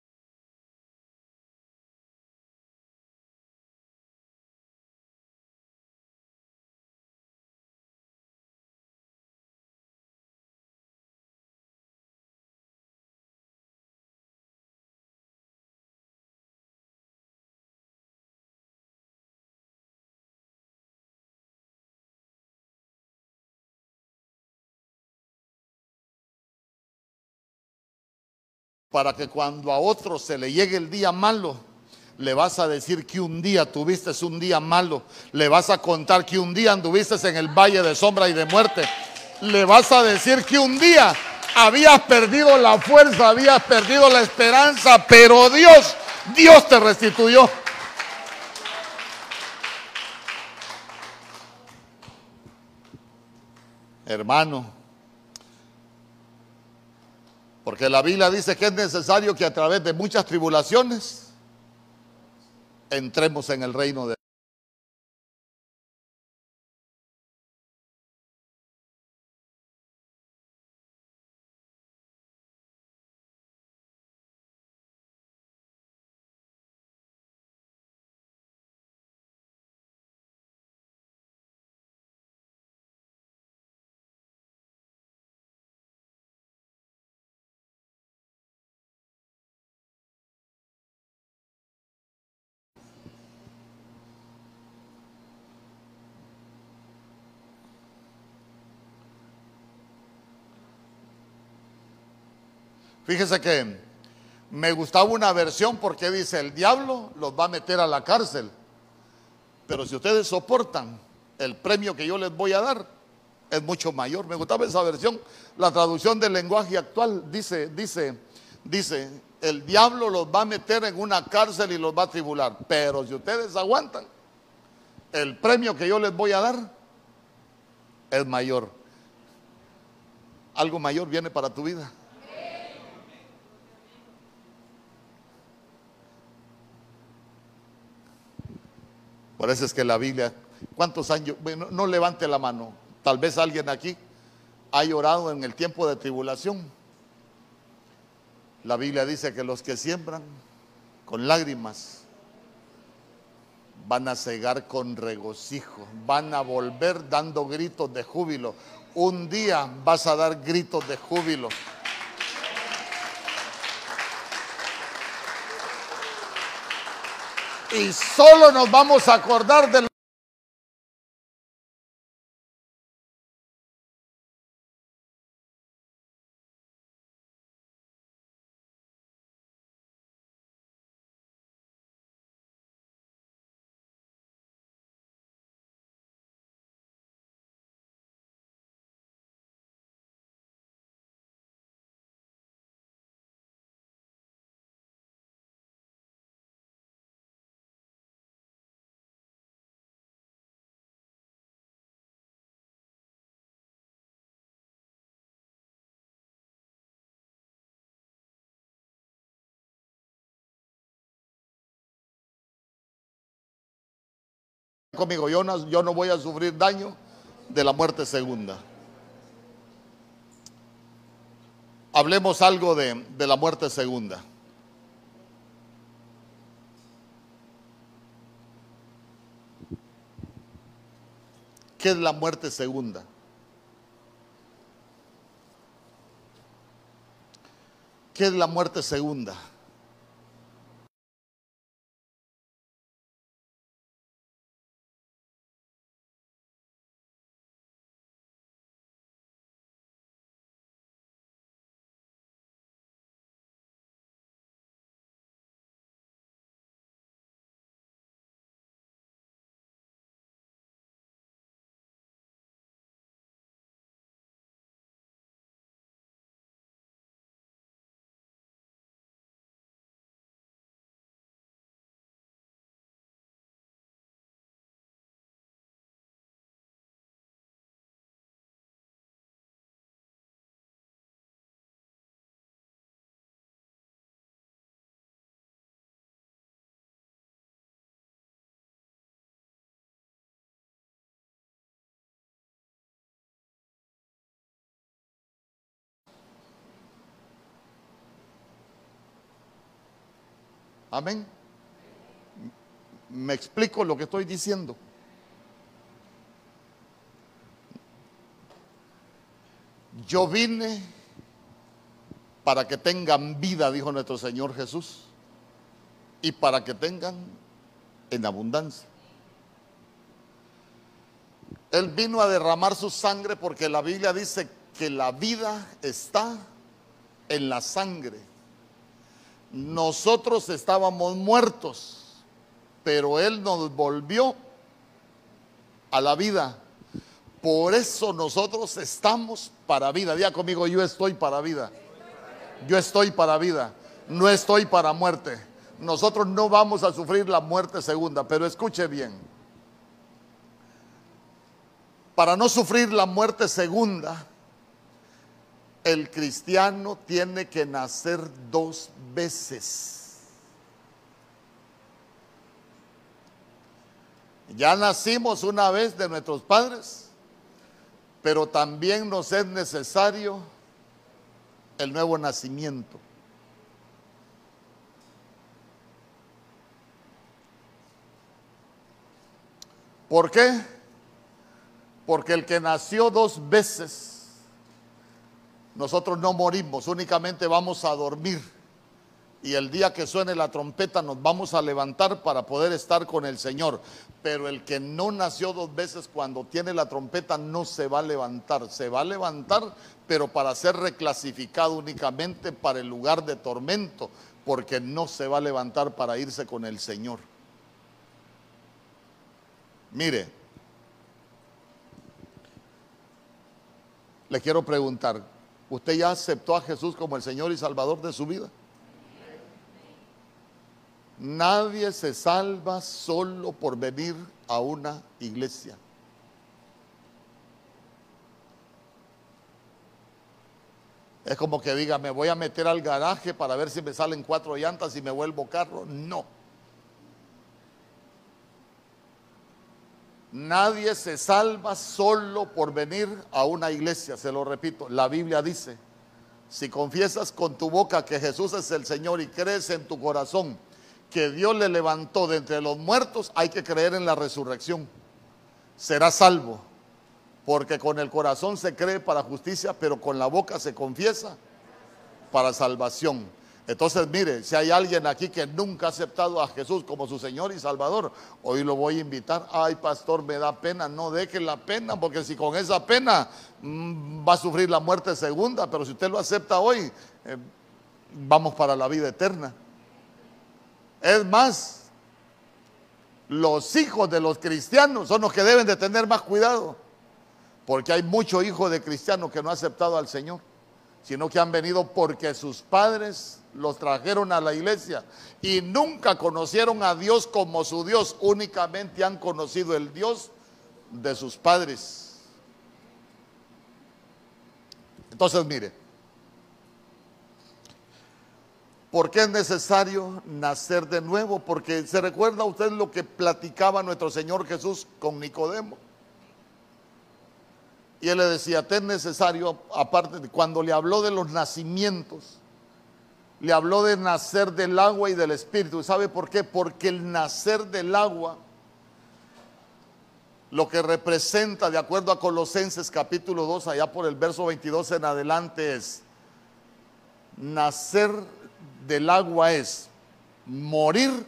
para que cuando a otro se le llegue el día malo, le vas a decir que un día tuviste un día malo, le vas a contar que un día anduviste en el valle de sombra y de muerte, le vas a decir que un día habías perdido la fuerza, habías perdido la esperanza, pero Dios, Dios te restituyó. Hermano, porque la Biblia dice que es necesario que a través de muchas tribulaciones entremos en el reino de Dios. Fíjese que me gustaba una versión porque dice, el diablo los va a meter a la cárcel, pero si ustedes soportan, el premio que yo les voy a dar es mucho mayor. Me gustaba esa versión. La traducción del lenguaje actual dice, dice, dice, el diablo los va a meter en una cárcel y los va a tribular, pero si ustedes aguantan, el premio que yo les voy a dar es mayor. Algo mayor viene para tu vida. Por eso es que la Biblia, ¿cuántos años? Bueno, no levante la mano. Tal vez alguien aquí ha llorado en el tiempo de tribulación. La Biblia dice que los que siembran con lágrimas van a cegar con regocijo, van a volver dando gritos de júbilo. Un día vas a dar gritos de júbilo. Y solo nos vamos a acordar de conmigo, yo no, yo no voy a sufrir daño de la muerte segunda. Hablemos algo de, de la muerte segunda. ¿Qué es la muerte segunda? ¿Qué es la muerte segunda? Amén. Me explico lo que estoy diciendo. Yo vine para que tengan vida, dijo nuestro Señor Jesús, y para que tengan en abundancia. Él vino a derramar su sangre porque la Biblia dice que la vida está en la sangre. Nosotros estábamos muertos, pero Él nos volvió a la vida. Por eso nosotros estamos para vida. Diga conmigo, yo estoy para vida. Yo estoy para vida, no estoy para muerte. Nosotros no vamos a sufrir la muerte segunda, pero escuche bien. Para no sufrir la muerte segunda, el cristiano tiene que nacer dos veces. Ya nacimos una vez de nuestros padres, pero también nos es necesario el nuevo nacimiento. ¿Por qué? Porque el que nació dos veces, nosotros no morimos, únicamente vamos a dormir. Y el día que suene la trompeta nos vamos a levantar para poder estar con el Señor. Pero el que no nació dos veces, cuando tiene la trompeta no se va a levantar. Se va a levantar, pero para ser reclasificado únicamente para el lugar de tormento, porque no se va a levantar para irse con el Señor. Mire, le quiero preguntar, ¿usted ya aceptó a Jesús como el Señor y Salvador de su vida? Nadie se salva solo por venir a una iglesia. Es como que diga, me voy a meter al garaje para ver si me salen cuatro llantas y me vuelvo carro. No. Nadie se salva solo por venir a una iglesia, se lo repito. La Biblia dice, si confiesas con tu boca que Jesús es el Señor y crees en tu corazón que Dios le levantó de entre los muertos, hay que creer en la resurrección. Será salvo, porque con el corazón se cree para justicia, pero con la boca se confiesa para salvación. Entonces, mire, si hay alguien aquí que nunca ha aceptado a Jesús como su Señor y Salvador, hoy lo voy a invitar. Ay, pastor, me da pena. No deje la pena, porque si con esa pena mmm, va a sufrir la muerte segunda, pero si usted lo acepta hoy, eh, vamos para la vida eterna. Es más, los hijos de los cristianos son los que deben de tener más cuidado, porque hay muchos hijos de cristianos que no han aceptado al Señor, sino que han venido porque sus padres los trajeron a la iglesia y nunca conocieron a Dios como su Dios, únicamente han conocido el Dios de sus padres. Entonces, mire, ¿por qué es necesario nacer de nuevo? Porque se recuerda usted lo que platicaba nuestro Señor Jesús con Nicodemo. Y él le decía, te es necesario, aparte de cuando le habló de los nacimientos, le habló de nacer del agua y del espíritu. ¿Sabe por qué? Porque el nacer del agua, lo que representa, de acuerdo a Colosenses capítulo dos, allá por el verso veintidós en adelante, es nacer del agua es morir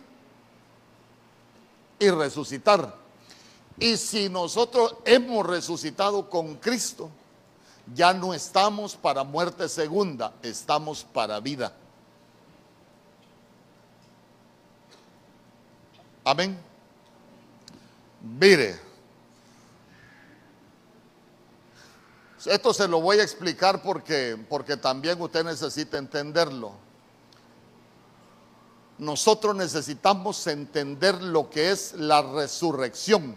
y resucitar. Y si nosotros hemos resucitado con Cristo, ya no estamos para muerte segunda, estamos para vida. Amén. Mire, esto se lo voy a explicar porque, porque también usted necesita entenderlo. Nosotros necesitamos entender lo que es la resurrección,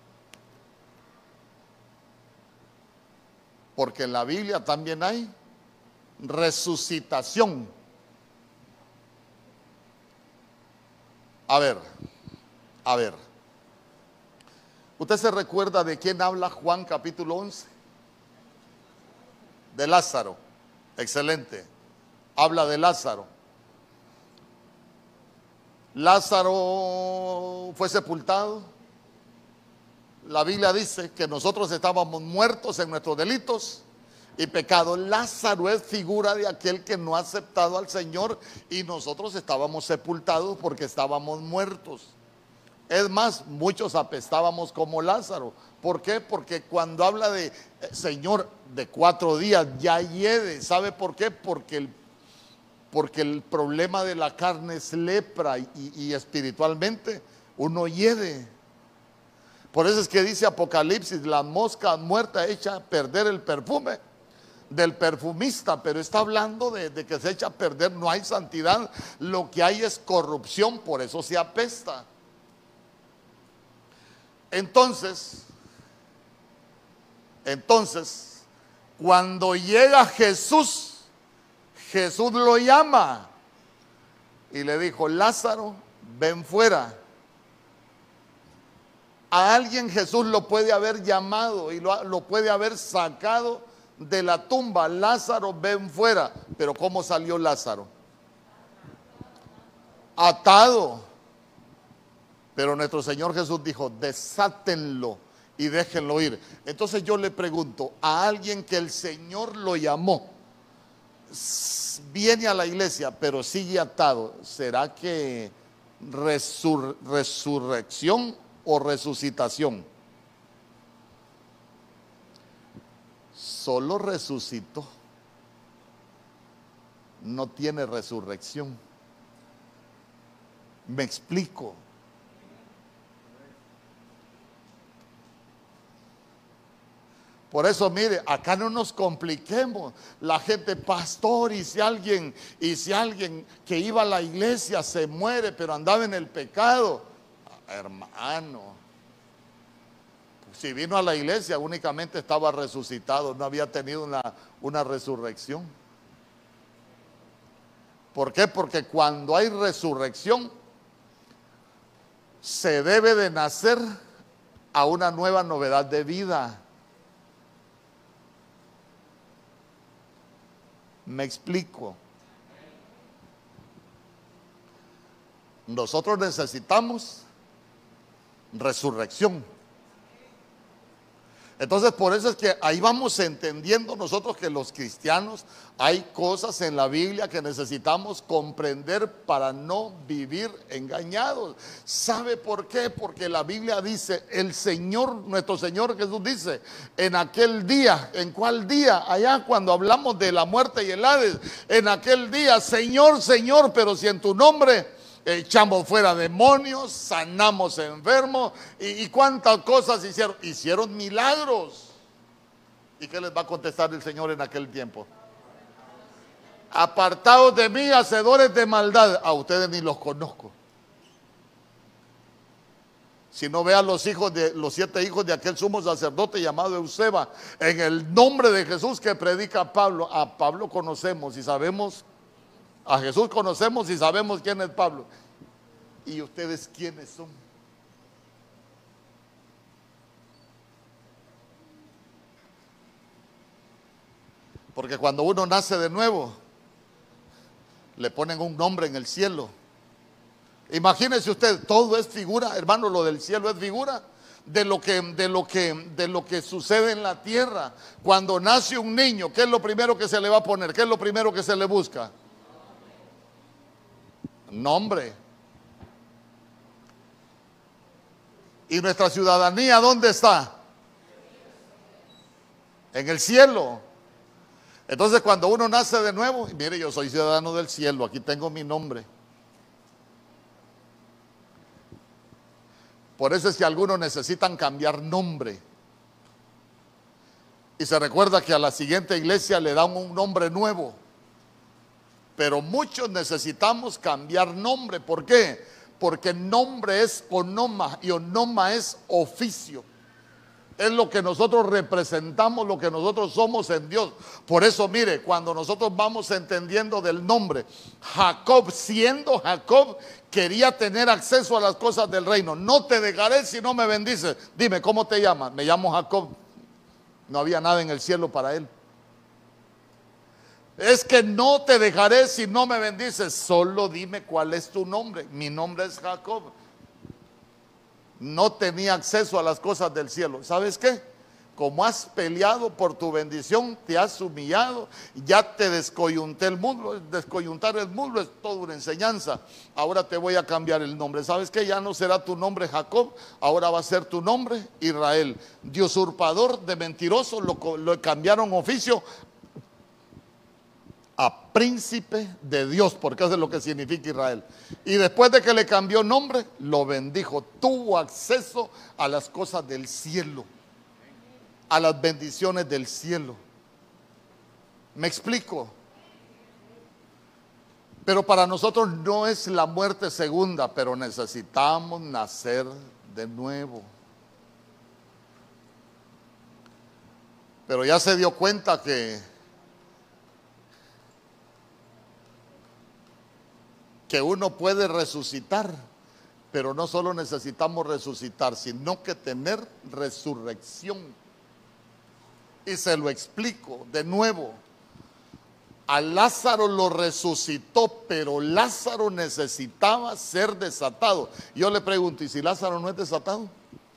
porque en la Biblia también hay resucitación. A ver, a ver, ¿usted se recuerda de quién habla Juan capítulo once? De Lázaro. Excelente. Habla de Lázaro. Lázaro fue sepultado. La Biblia dice que nosotros estábamos muertos en nuestros delitos y pecados. Lázaro es figura de aquel que no ha aceptado al Señor, y nosotros estábamos sepultados porque estábamos muertos. Es más, muchos apestábamos como Lázaro. ¿Por qué? Porque cuando habla de eh, Señor, de cuatro días ya hiede. ¿Sabe por qué? Porque el, porque el problema de la carne es lepra, y, y espiritualmente uno hiede. Por eso es que dice Apocalipsis: la mosca muerta echa a perder el perfume del perfumista. Pero está hablando de, de que se echa a perder. No hay santidad, lo que hay es corrupción, por eso se apesta. Entonces, entonces, cuando llega Jesús, Jesús lo llama y le dijo: Lázaro, ven fuera. A alguien Jesús lo puede haber llamado y lo, lo puede haber sacado de la tumba: Lázaro, ven fuera. Pero ¿cómo salió Lázaro? Atado. Pero nuestro Señor Jesús dijo: desátenlo y déjenlo ir. Entonces yo le pregunto, a alguien que el Señor lo llamó, viene a la iglesia pero sigue atado, ¿será que resur resurrección o resucitación? Solo resucitó, no tiene resurrección. Me explico. Por eso, mire, acá no nos compliquemos. La gente, pastor, y si alguien, y si alguien que iba a la iglesia se muere, pero andaba en el pecado. Hermano, si vino a la iglesia únicamente estaba resucitado, no había tenido una, una resurrección. ¿Por qué? Porque cuando hay resurrección, se debe de nacer a una nueva novedad de vida. Me explico. Nosotros necesitamos resurrección. Entonces, por eso es que ahí vamos entendiendo nosotros que los cristianos hay cosas en la Biblia que necesitamos comprender para no vivir engañados. ¿Sabe por qué? Porque la Biblia dice, el Señor, nuestro Señor Jesús dice, en aquel día, ¿en cuál día? Allá cuando hablamos de la muerte y el Hades, en aquel día: Señor, Señor, pero si en tu nombre echamos fuera demonios, sanamos enfermos, y, y cuántas cosas hicieron, hicieron milagros. ¿Y qué les va a contestar el Señor en aquel tiempo? Apartados de mí, hacedores de maldad, a ustedes ni los conozco. Si no, vean los hijos de los siete hijos de aquel sumo sacerdote llamado Euseba, en el nombre de Jesús que predica Pablo. A Pablo conocemos y sabemos, a Jesús conocemos y sabemos quién es Pablo. ¿Y ustedes quiénes son? Porque cuando uno nace de nuevo, le ponen un nombre en el cielo. Imagínese usted, todo es figura, hermano, lo del cielo es figura de lo que, de lo que, de lo que sucede en la tierra. Cuando nace un niño, ¿qué es lo primero que se le va a poner? ¿Qué es lo primero que se le busca? Nombre. ¿Y nuestra ciudadanía dónde está? En el cielo. Entonces, cuando uno nace de nuevo, mire, yo soy ciudadano del cielo, aquí tengo mi nombre. Por eso es que algunos necesitan cambiar nombre. Y se recuerda que a la siguiente iglesia le dan un nombre nuevo. Pero muchos necesitamos cambiar nombre. ¿Por qué? Porque nombre es onoma y onoma es oficio. Es lo que nosotros representamos, lo que nosotros somos en Dios. Por eso, mire, cuando nosotros vamos entendiendo del nombre, Jacob, siendo Jacob, quería tener acceso a las cosas del reino. No te dejaré si no me bendices. Dime, ¿cómo te llamas? Me llamo Jacob. No había nada en el cielo para él. Es que no te dejaré si no me bendices. Solo dime cuál es tu nombre. Mi nombre es Jacob. No tenía acceso a las cosas del cielo. ¿Sabes qué? Como has peleado por tu bendición, te has humillado, ya te descoyunté el muslo. Descoyuntar el muslo es toda una enseñanza. Ahora te voy a cambiar el nombre. ¿Sabes qué? Ya no será tu nombre Jacob, ahora va a ser tu nombre Israel. De usurpador, de mentiroso, lo, lo cambiaron oficio a príncipe de Dios, porque eso es lo que significa Israel. Y después de que le cambió nombre, lo bendijo. Tuvo acceso a las cosas del cielo, a las bendiciones del cielo. ¿Me explico? Pero para nosotros no es la muerte segunda, pero necesitamos nacer de nuevo. Pero ya se dio cuenta que que uno puede resucitar, pero no solo necesitamos resucitar, sino que tener resurrección. Y se lo explico de nuevo. A Lázaro lo resucitó, pero Lázaro necesitaba ser desatado. Yo le pregunto, ¿y si Lázaro no es desatado?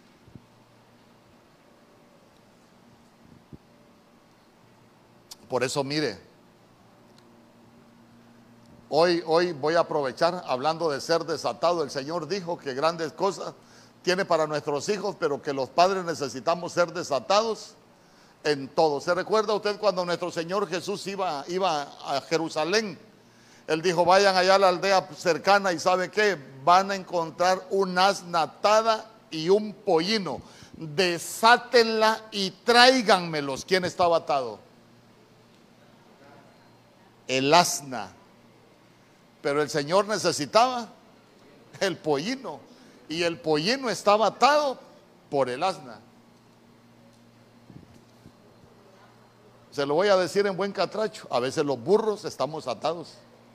Por eso mire, Hoy, hoy voy a aprovechar hablando de ser desatado. El Señor dijo que grandes cosas tiene para nuestros hijos, pero que los padres necesitamos ser desatados en todo. ¿Se recuerda usted cuando nuestro Señor Jesús iba, iba a Jerusalén? Él dijo, vayan allá a la aldea cercana y ¿sabe qué? Van a encontrar un asna atada y un pollino. Desátenla y tráiganmelos. ¿Quién estaba atado? El asna. Pero el Señor necesitaba el pollino, y el pollino estaba atado por el asna. Se lo voy a decir en buen catracho, a veces los burros estamos atados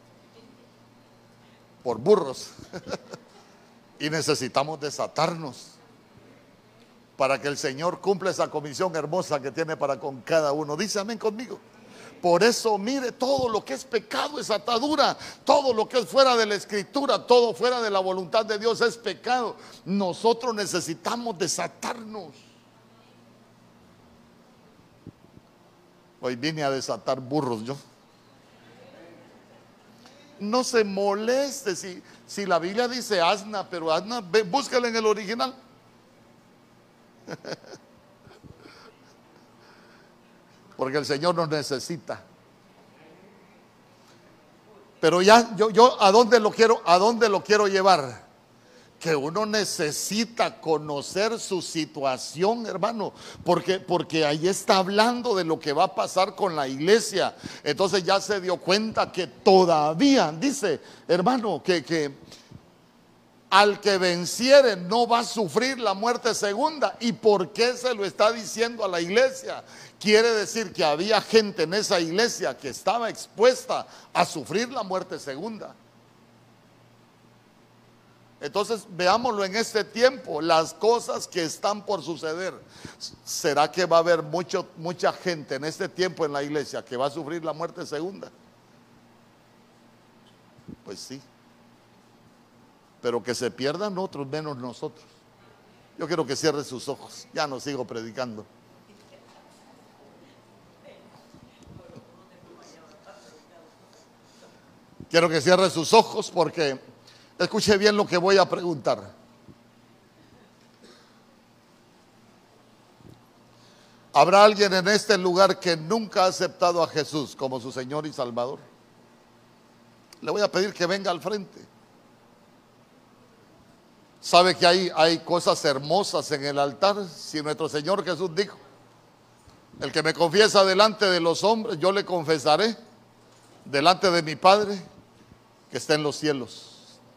por burros y necesitamos desatarnos para que el Señor cumpla esa comisión hermosa que tiene para con cada uno. Dice amén conmigo. Por eso, mire, todo lo que es pecado es atadura, todo lo que es fuera de la escritura, todo fuera de la voluntad de Dios es pecado. Nosotros necesitamos desatarnos. Hoy vine a desatar burros yo. No se moleste si, si la Biblia dice asna, pero asna, búscala en el original. Porque el Señor nos necesita. Pero ya yo, yo a dónde lo quiero, a dónde lo quiero llevar. Que uno necesita conocer su situación, hermano, porque, porque ahí está hablando de lo que va a pasar con la iglesia. Entonces ya se dio cuenta que todavía, dice, hermano, que, que al que venciere no va a sufrir la muerte segunda. ¿Y por qué se lo está diciendo a la iglesia? Quiere decir que había gente en esa iglesia que estaba expuesta a sufrir la muerte segunda. Entonces veámoslo en este tiempo, las cosas que están por suceder. ¿Será que va a haber mucho, mucha gente en este tiempo en la iglesia que va a sufrir la muerte segunda? Pues sí. Pero que se pierdan otros menos nosotros. Yo quiero que cierre sus ojos. Ya no sigo predicando. Quiero que cierre sus ojos porque escuche bien lo que voy a preguntar. ¿Habrá alguien en este lugar que nunca ha aceptado a Jesús como su Señor y Salvador? Le voy a pedir que venga al frente. ¿Sabe que hay, hay cosas hermosas en el altar? Si nuestro Señor Jesús dijo, el que me confiesa delante de los hombres, yo le confesaré delante de mi Padre que está en los cielos.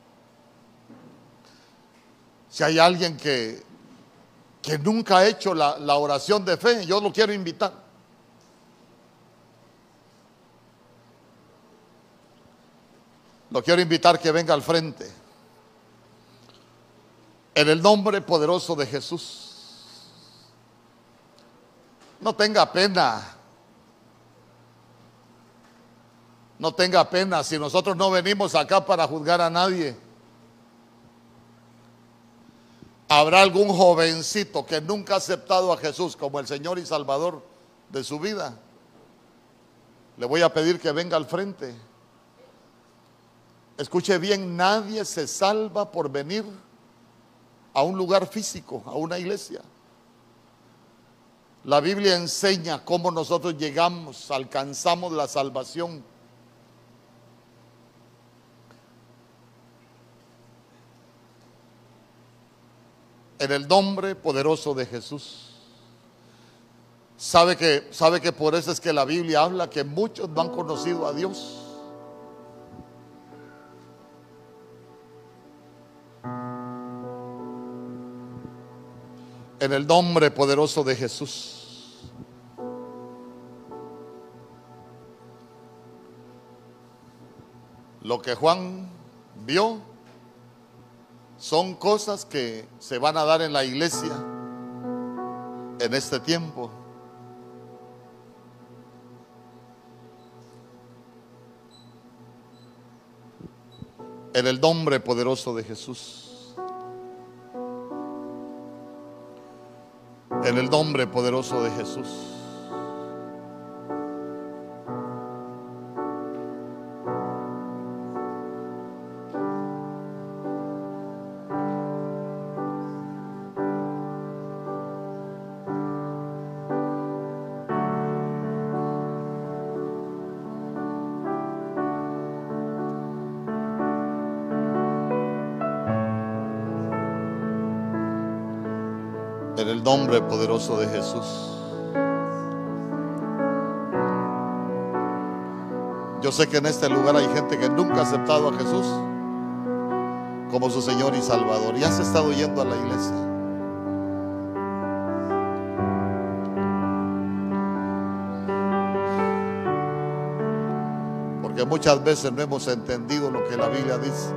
Si hay alguien que, que nunca ha hecho la, la oración de fe, yo lo quiero invitar. Lo quiero invitar que venga al frente. En el nombre poderoso de Jesús. No tenga pena. No tenga pena, si nosotros no venimos acá para juzgar a nadie. Habrá algún jovencito que nunca ha aceptado a Jesús como el Señor y Salvador de su vida. Le voy a pedir que venga al frente. Escuche bien, nadie se salva por venir a un lugar físico, a una iglesia. La Biblia enseña cómo nosotros llegamos, alcanzamos la salvación. En el nombre poderoso de Jesús. ¿Sabe que, sabe que por eso es que la Biblia habla que muchos no han conocido a Dios? En el nombre poderoso de Jesús. Lo que Juan vio son cosas que se van a dar en la iglesia en este tiempo. En el nombre poderoso de Jesús. En el nombre poderoso de Jesús. En el nombre poderoso de Jesús. Yo sé que en este lugar hay gente que nunca ha aceptado a Jesús como su Señor y Salvador. Ya se ha estado yendo a la iglesia. Porque muchas veces no hemos entendido lo que la Biblia dice.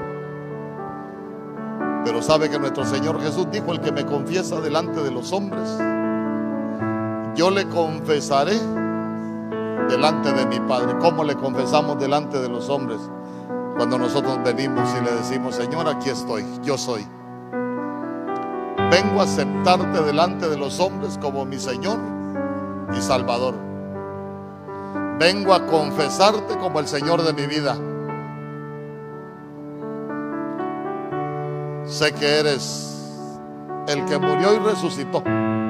Pero sabe que nuestro Señor Jesús dijo: el que me confiesa delante de los hombres, yo le confesaré delante de mi Padre. ¿Cómo le confesamos delante de los hombres? Cuando nosotros venimos y le decimos: Señor, aquí estoy, yo soy. Vengo a aceptarte delante de los hombres como mi Señor y Salvador. Vengo a confesarte como el Señor de mi vida. Sé que eres el que murió y resucitó.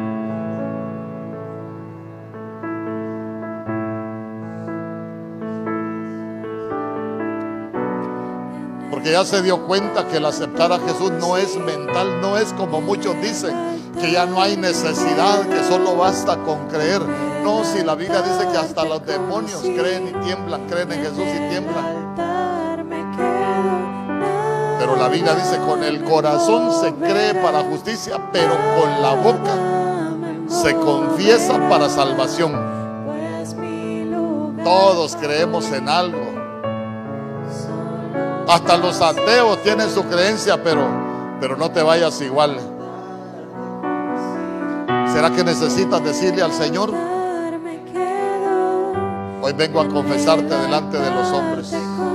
Porque ya se dio cuenta que el aceptar a Jesús no es mental, no es como muchos dicen, que ya no hay necesidad, que solo basta con creer. No, si la Biblia dice que hasta los demonios creen y tiemblan, creen en Jesús y tiemblan. Pero la Biblia dice: con el corazón se cree para justicia, pero con la boca se confiesa para salvación. Todos creemos en algo. Hasta los ateos tienen su creencia, pero, pero no te vayas igual. ¿Será que necesitas decirle al Señor: hoy vengo a confesarte delante de los hombres?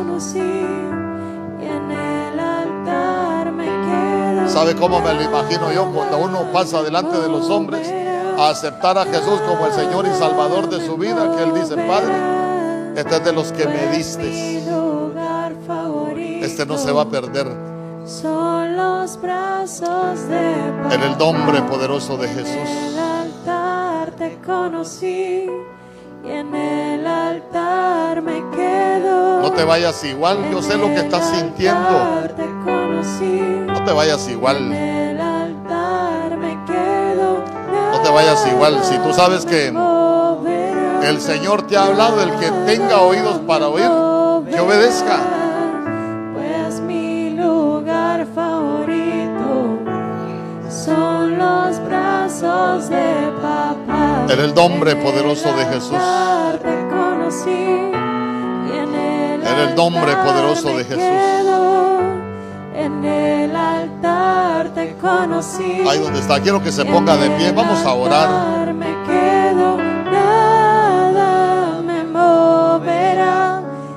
¿Sabe cómo me lo imagino yo cuando uno pasa delante de los hombres a aceptar a Jesús como el Señor y Salvador de su vida? Que Él dice: Padre, este es de los que me diste. Este no se va a perder. Son los brazos de En el nombre poderoso de Jesús. En el altar te conocí y en el altar me quedo. No te vayas igual, yo sé lo que estás sintiendo. Te conocí. No te vayas igual. En el altar me quedo. No te vayas igual. Si tú sabes que el Señor te ha hablado, el que tenga oídos para oír, que obedezca. Pues mi lugar favorito son los brazos de papá. En el nombre poderoso de Jesús. Te conocí y en el, en el nombre poderoso de Jesús. Quedo, en el altar te conocí. Ahí donde está, quiero que se ponga de pie. Vamos a orar. Me quedo, nada me moverá.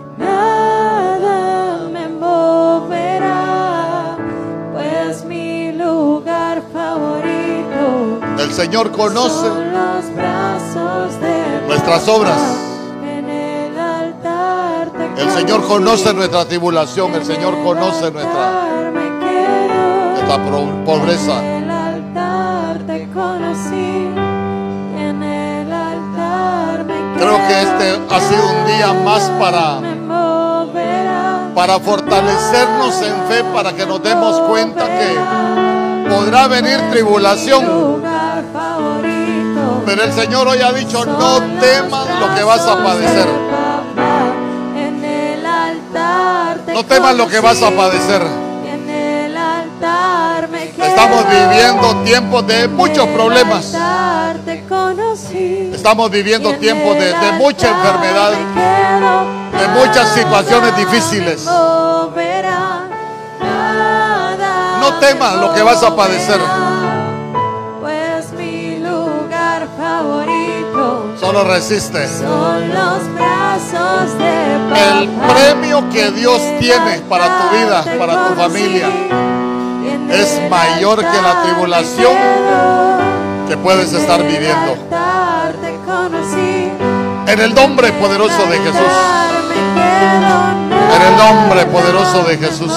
Señor conoce Son los brazos de nuestras obras. En el altar te El Señor conocí. conoce nuestra tribulación. El Señor conoce nuestra, Me quedo. nuestra pro- pobreza. En el altar te conocí. En el altar me quedo. Creo que este ha sido un día más para, Me moverá. para fortalecernos en fe, para que nos demos cuenta que podrá venir tribulación. Lugar favorito. Pero el Señor hoy ha dicho, no temas lo que vas a padecer. En el altar te No temas lo que vas a padecer. En el altar me quedo. Estamos viviendo tiempos de muchos problemas. En el altar te conocí. Estamos viviendo tiempos de, de mucha enfermedad, de muchas situaciones difíciles. No temas lo que vas a padecer. Pues mi lugar favorito Solo resiste. son los brazos de papá. El premio que Dios tiene para tu vida, para tu familia, es mayor que la tribulación que puedes estar viviendo. En el nombre poderoso de Jesús. En el nombre poderoso de Jesús.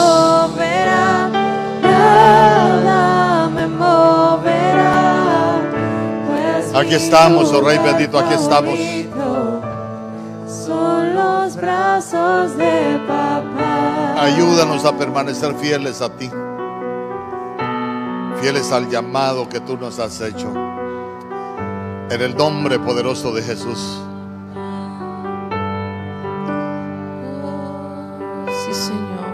Aquí estamos, oh Rey bendito, aquí estamos. Son los brazos de papá. Ayúdanos a permanecer fieles a ti, fieles al llamado que tú nos has hecho. En el nombre poderoso de Jesús. Sí, Señor.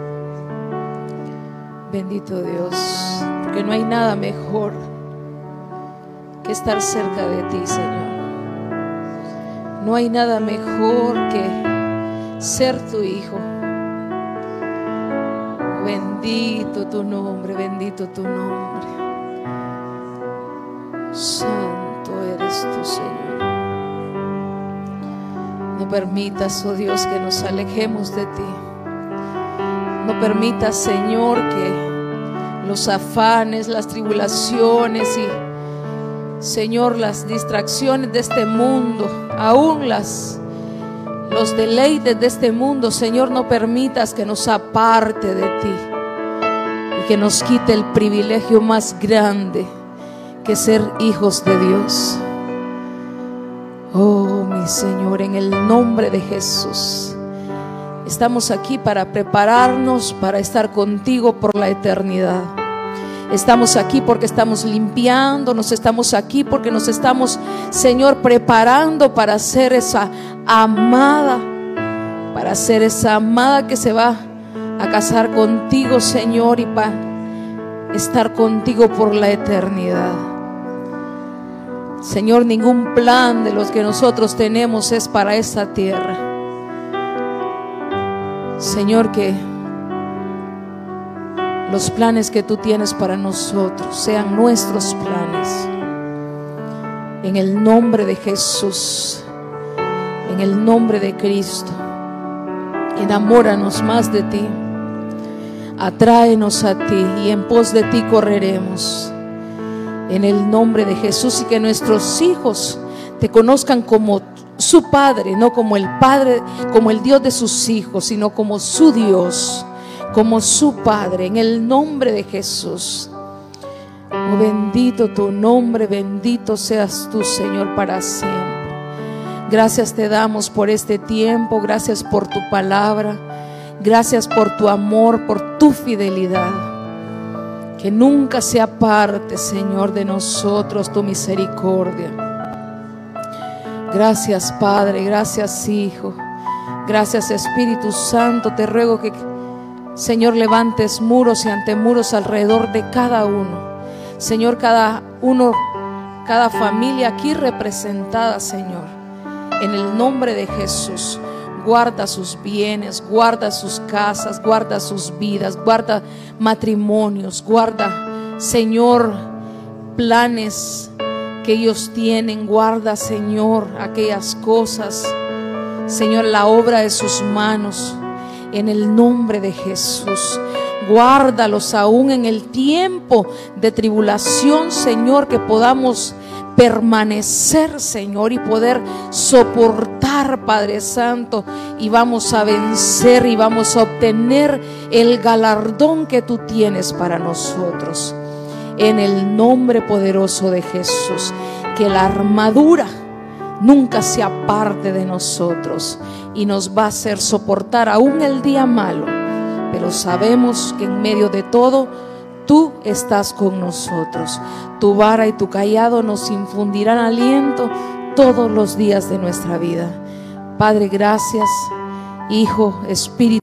Bendito Dios, porque no hay nada mejor que estar cerca de ti, Señor. No hay nada mejor que ser tu hijo. Bendito tu nombre, bendito tu nombre. Santo eres tú, Señor. No permitas, oh Dios, que nos alejemos de ti. No permitas, Señor, que los afanes, las tribulaciones y, Señor, las distracciones de este mundo, aún las, los deleites de este mundo, Señor, no permitas que nos aparte de ti y que nos quite el privilegio más grande que ser hijos de Dios. Oh, mi Señor, en el nombre de Jesús, estamos aquí para prepararnos para estar contigo por la eternidad. Estamos aquí porque estamos limpiándonos, estamos aquí porque nos estamos, Señor, preparando para ser esa amada, para ser esa amada que se va a casar contigo, Señor, y para estar contigo por la eternidad. Señor, ningún plan de los que nosotros tenemos es para esta tierra. Señor, que los planes que tú tienes para nosotros sean nuestros planes. En el nombre de Jesús, en el nombre de Cristo, enamóranos más de ti, atráenos a ti y en pos de ti correremos. En el nombre de Jesús, y que nuestros hijos te conozcan como su Padre, no como el Padre, como el Dios de sus hijos, sino como su Dios, como su Padre, en el nombre de Jesús. Oh, bendito tu nombre, bendito seas tú, Señor, para siempre. Gracias te damos por este tiempo, gracias por tu palabra, gracias por tu amor, por tu fidelidad. Que nunca se aparte, Señor, de nosotros tu misericordia. Gracias, Padre, gracias, Hijo, gracias, Espíritu Santo. Te ruego que, Señor, levantes muros y antemuros alrededor de cada uno. Señor, cada uno, cada familia aquí representada, Señor, en el nombre de Jesús. Guarda sus bienes, guarda sus casas, guarda sus vidas, guarda matrimonios, guarda, Señor, planes que ellos tienen. Guarda, Señor, aquellas cosas, Señor, la obra de sus manos, en el nombre de Jesús. Guárdalos aún en el tiempo de tribulación, Señor, que podamos permanecer, Señor, y poder soportar, Padre Santo, y vamos a vencer y vamos a obtener el galardón que tú tienes para nosotros. En el nombre poderoso de Jesús, que la armadura nunca se aparte de nosotros y nos va a hacer soportar aún el día malo, pero sabemos que en medio de todo tú estás con nosotros. Tu vara y tu cayado nos infundirán aliento todos los días de nuestra vida. Padre, gracias. Hijo, Espíritu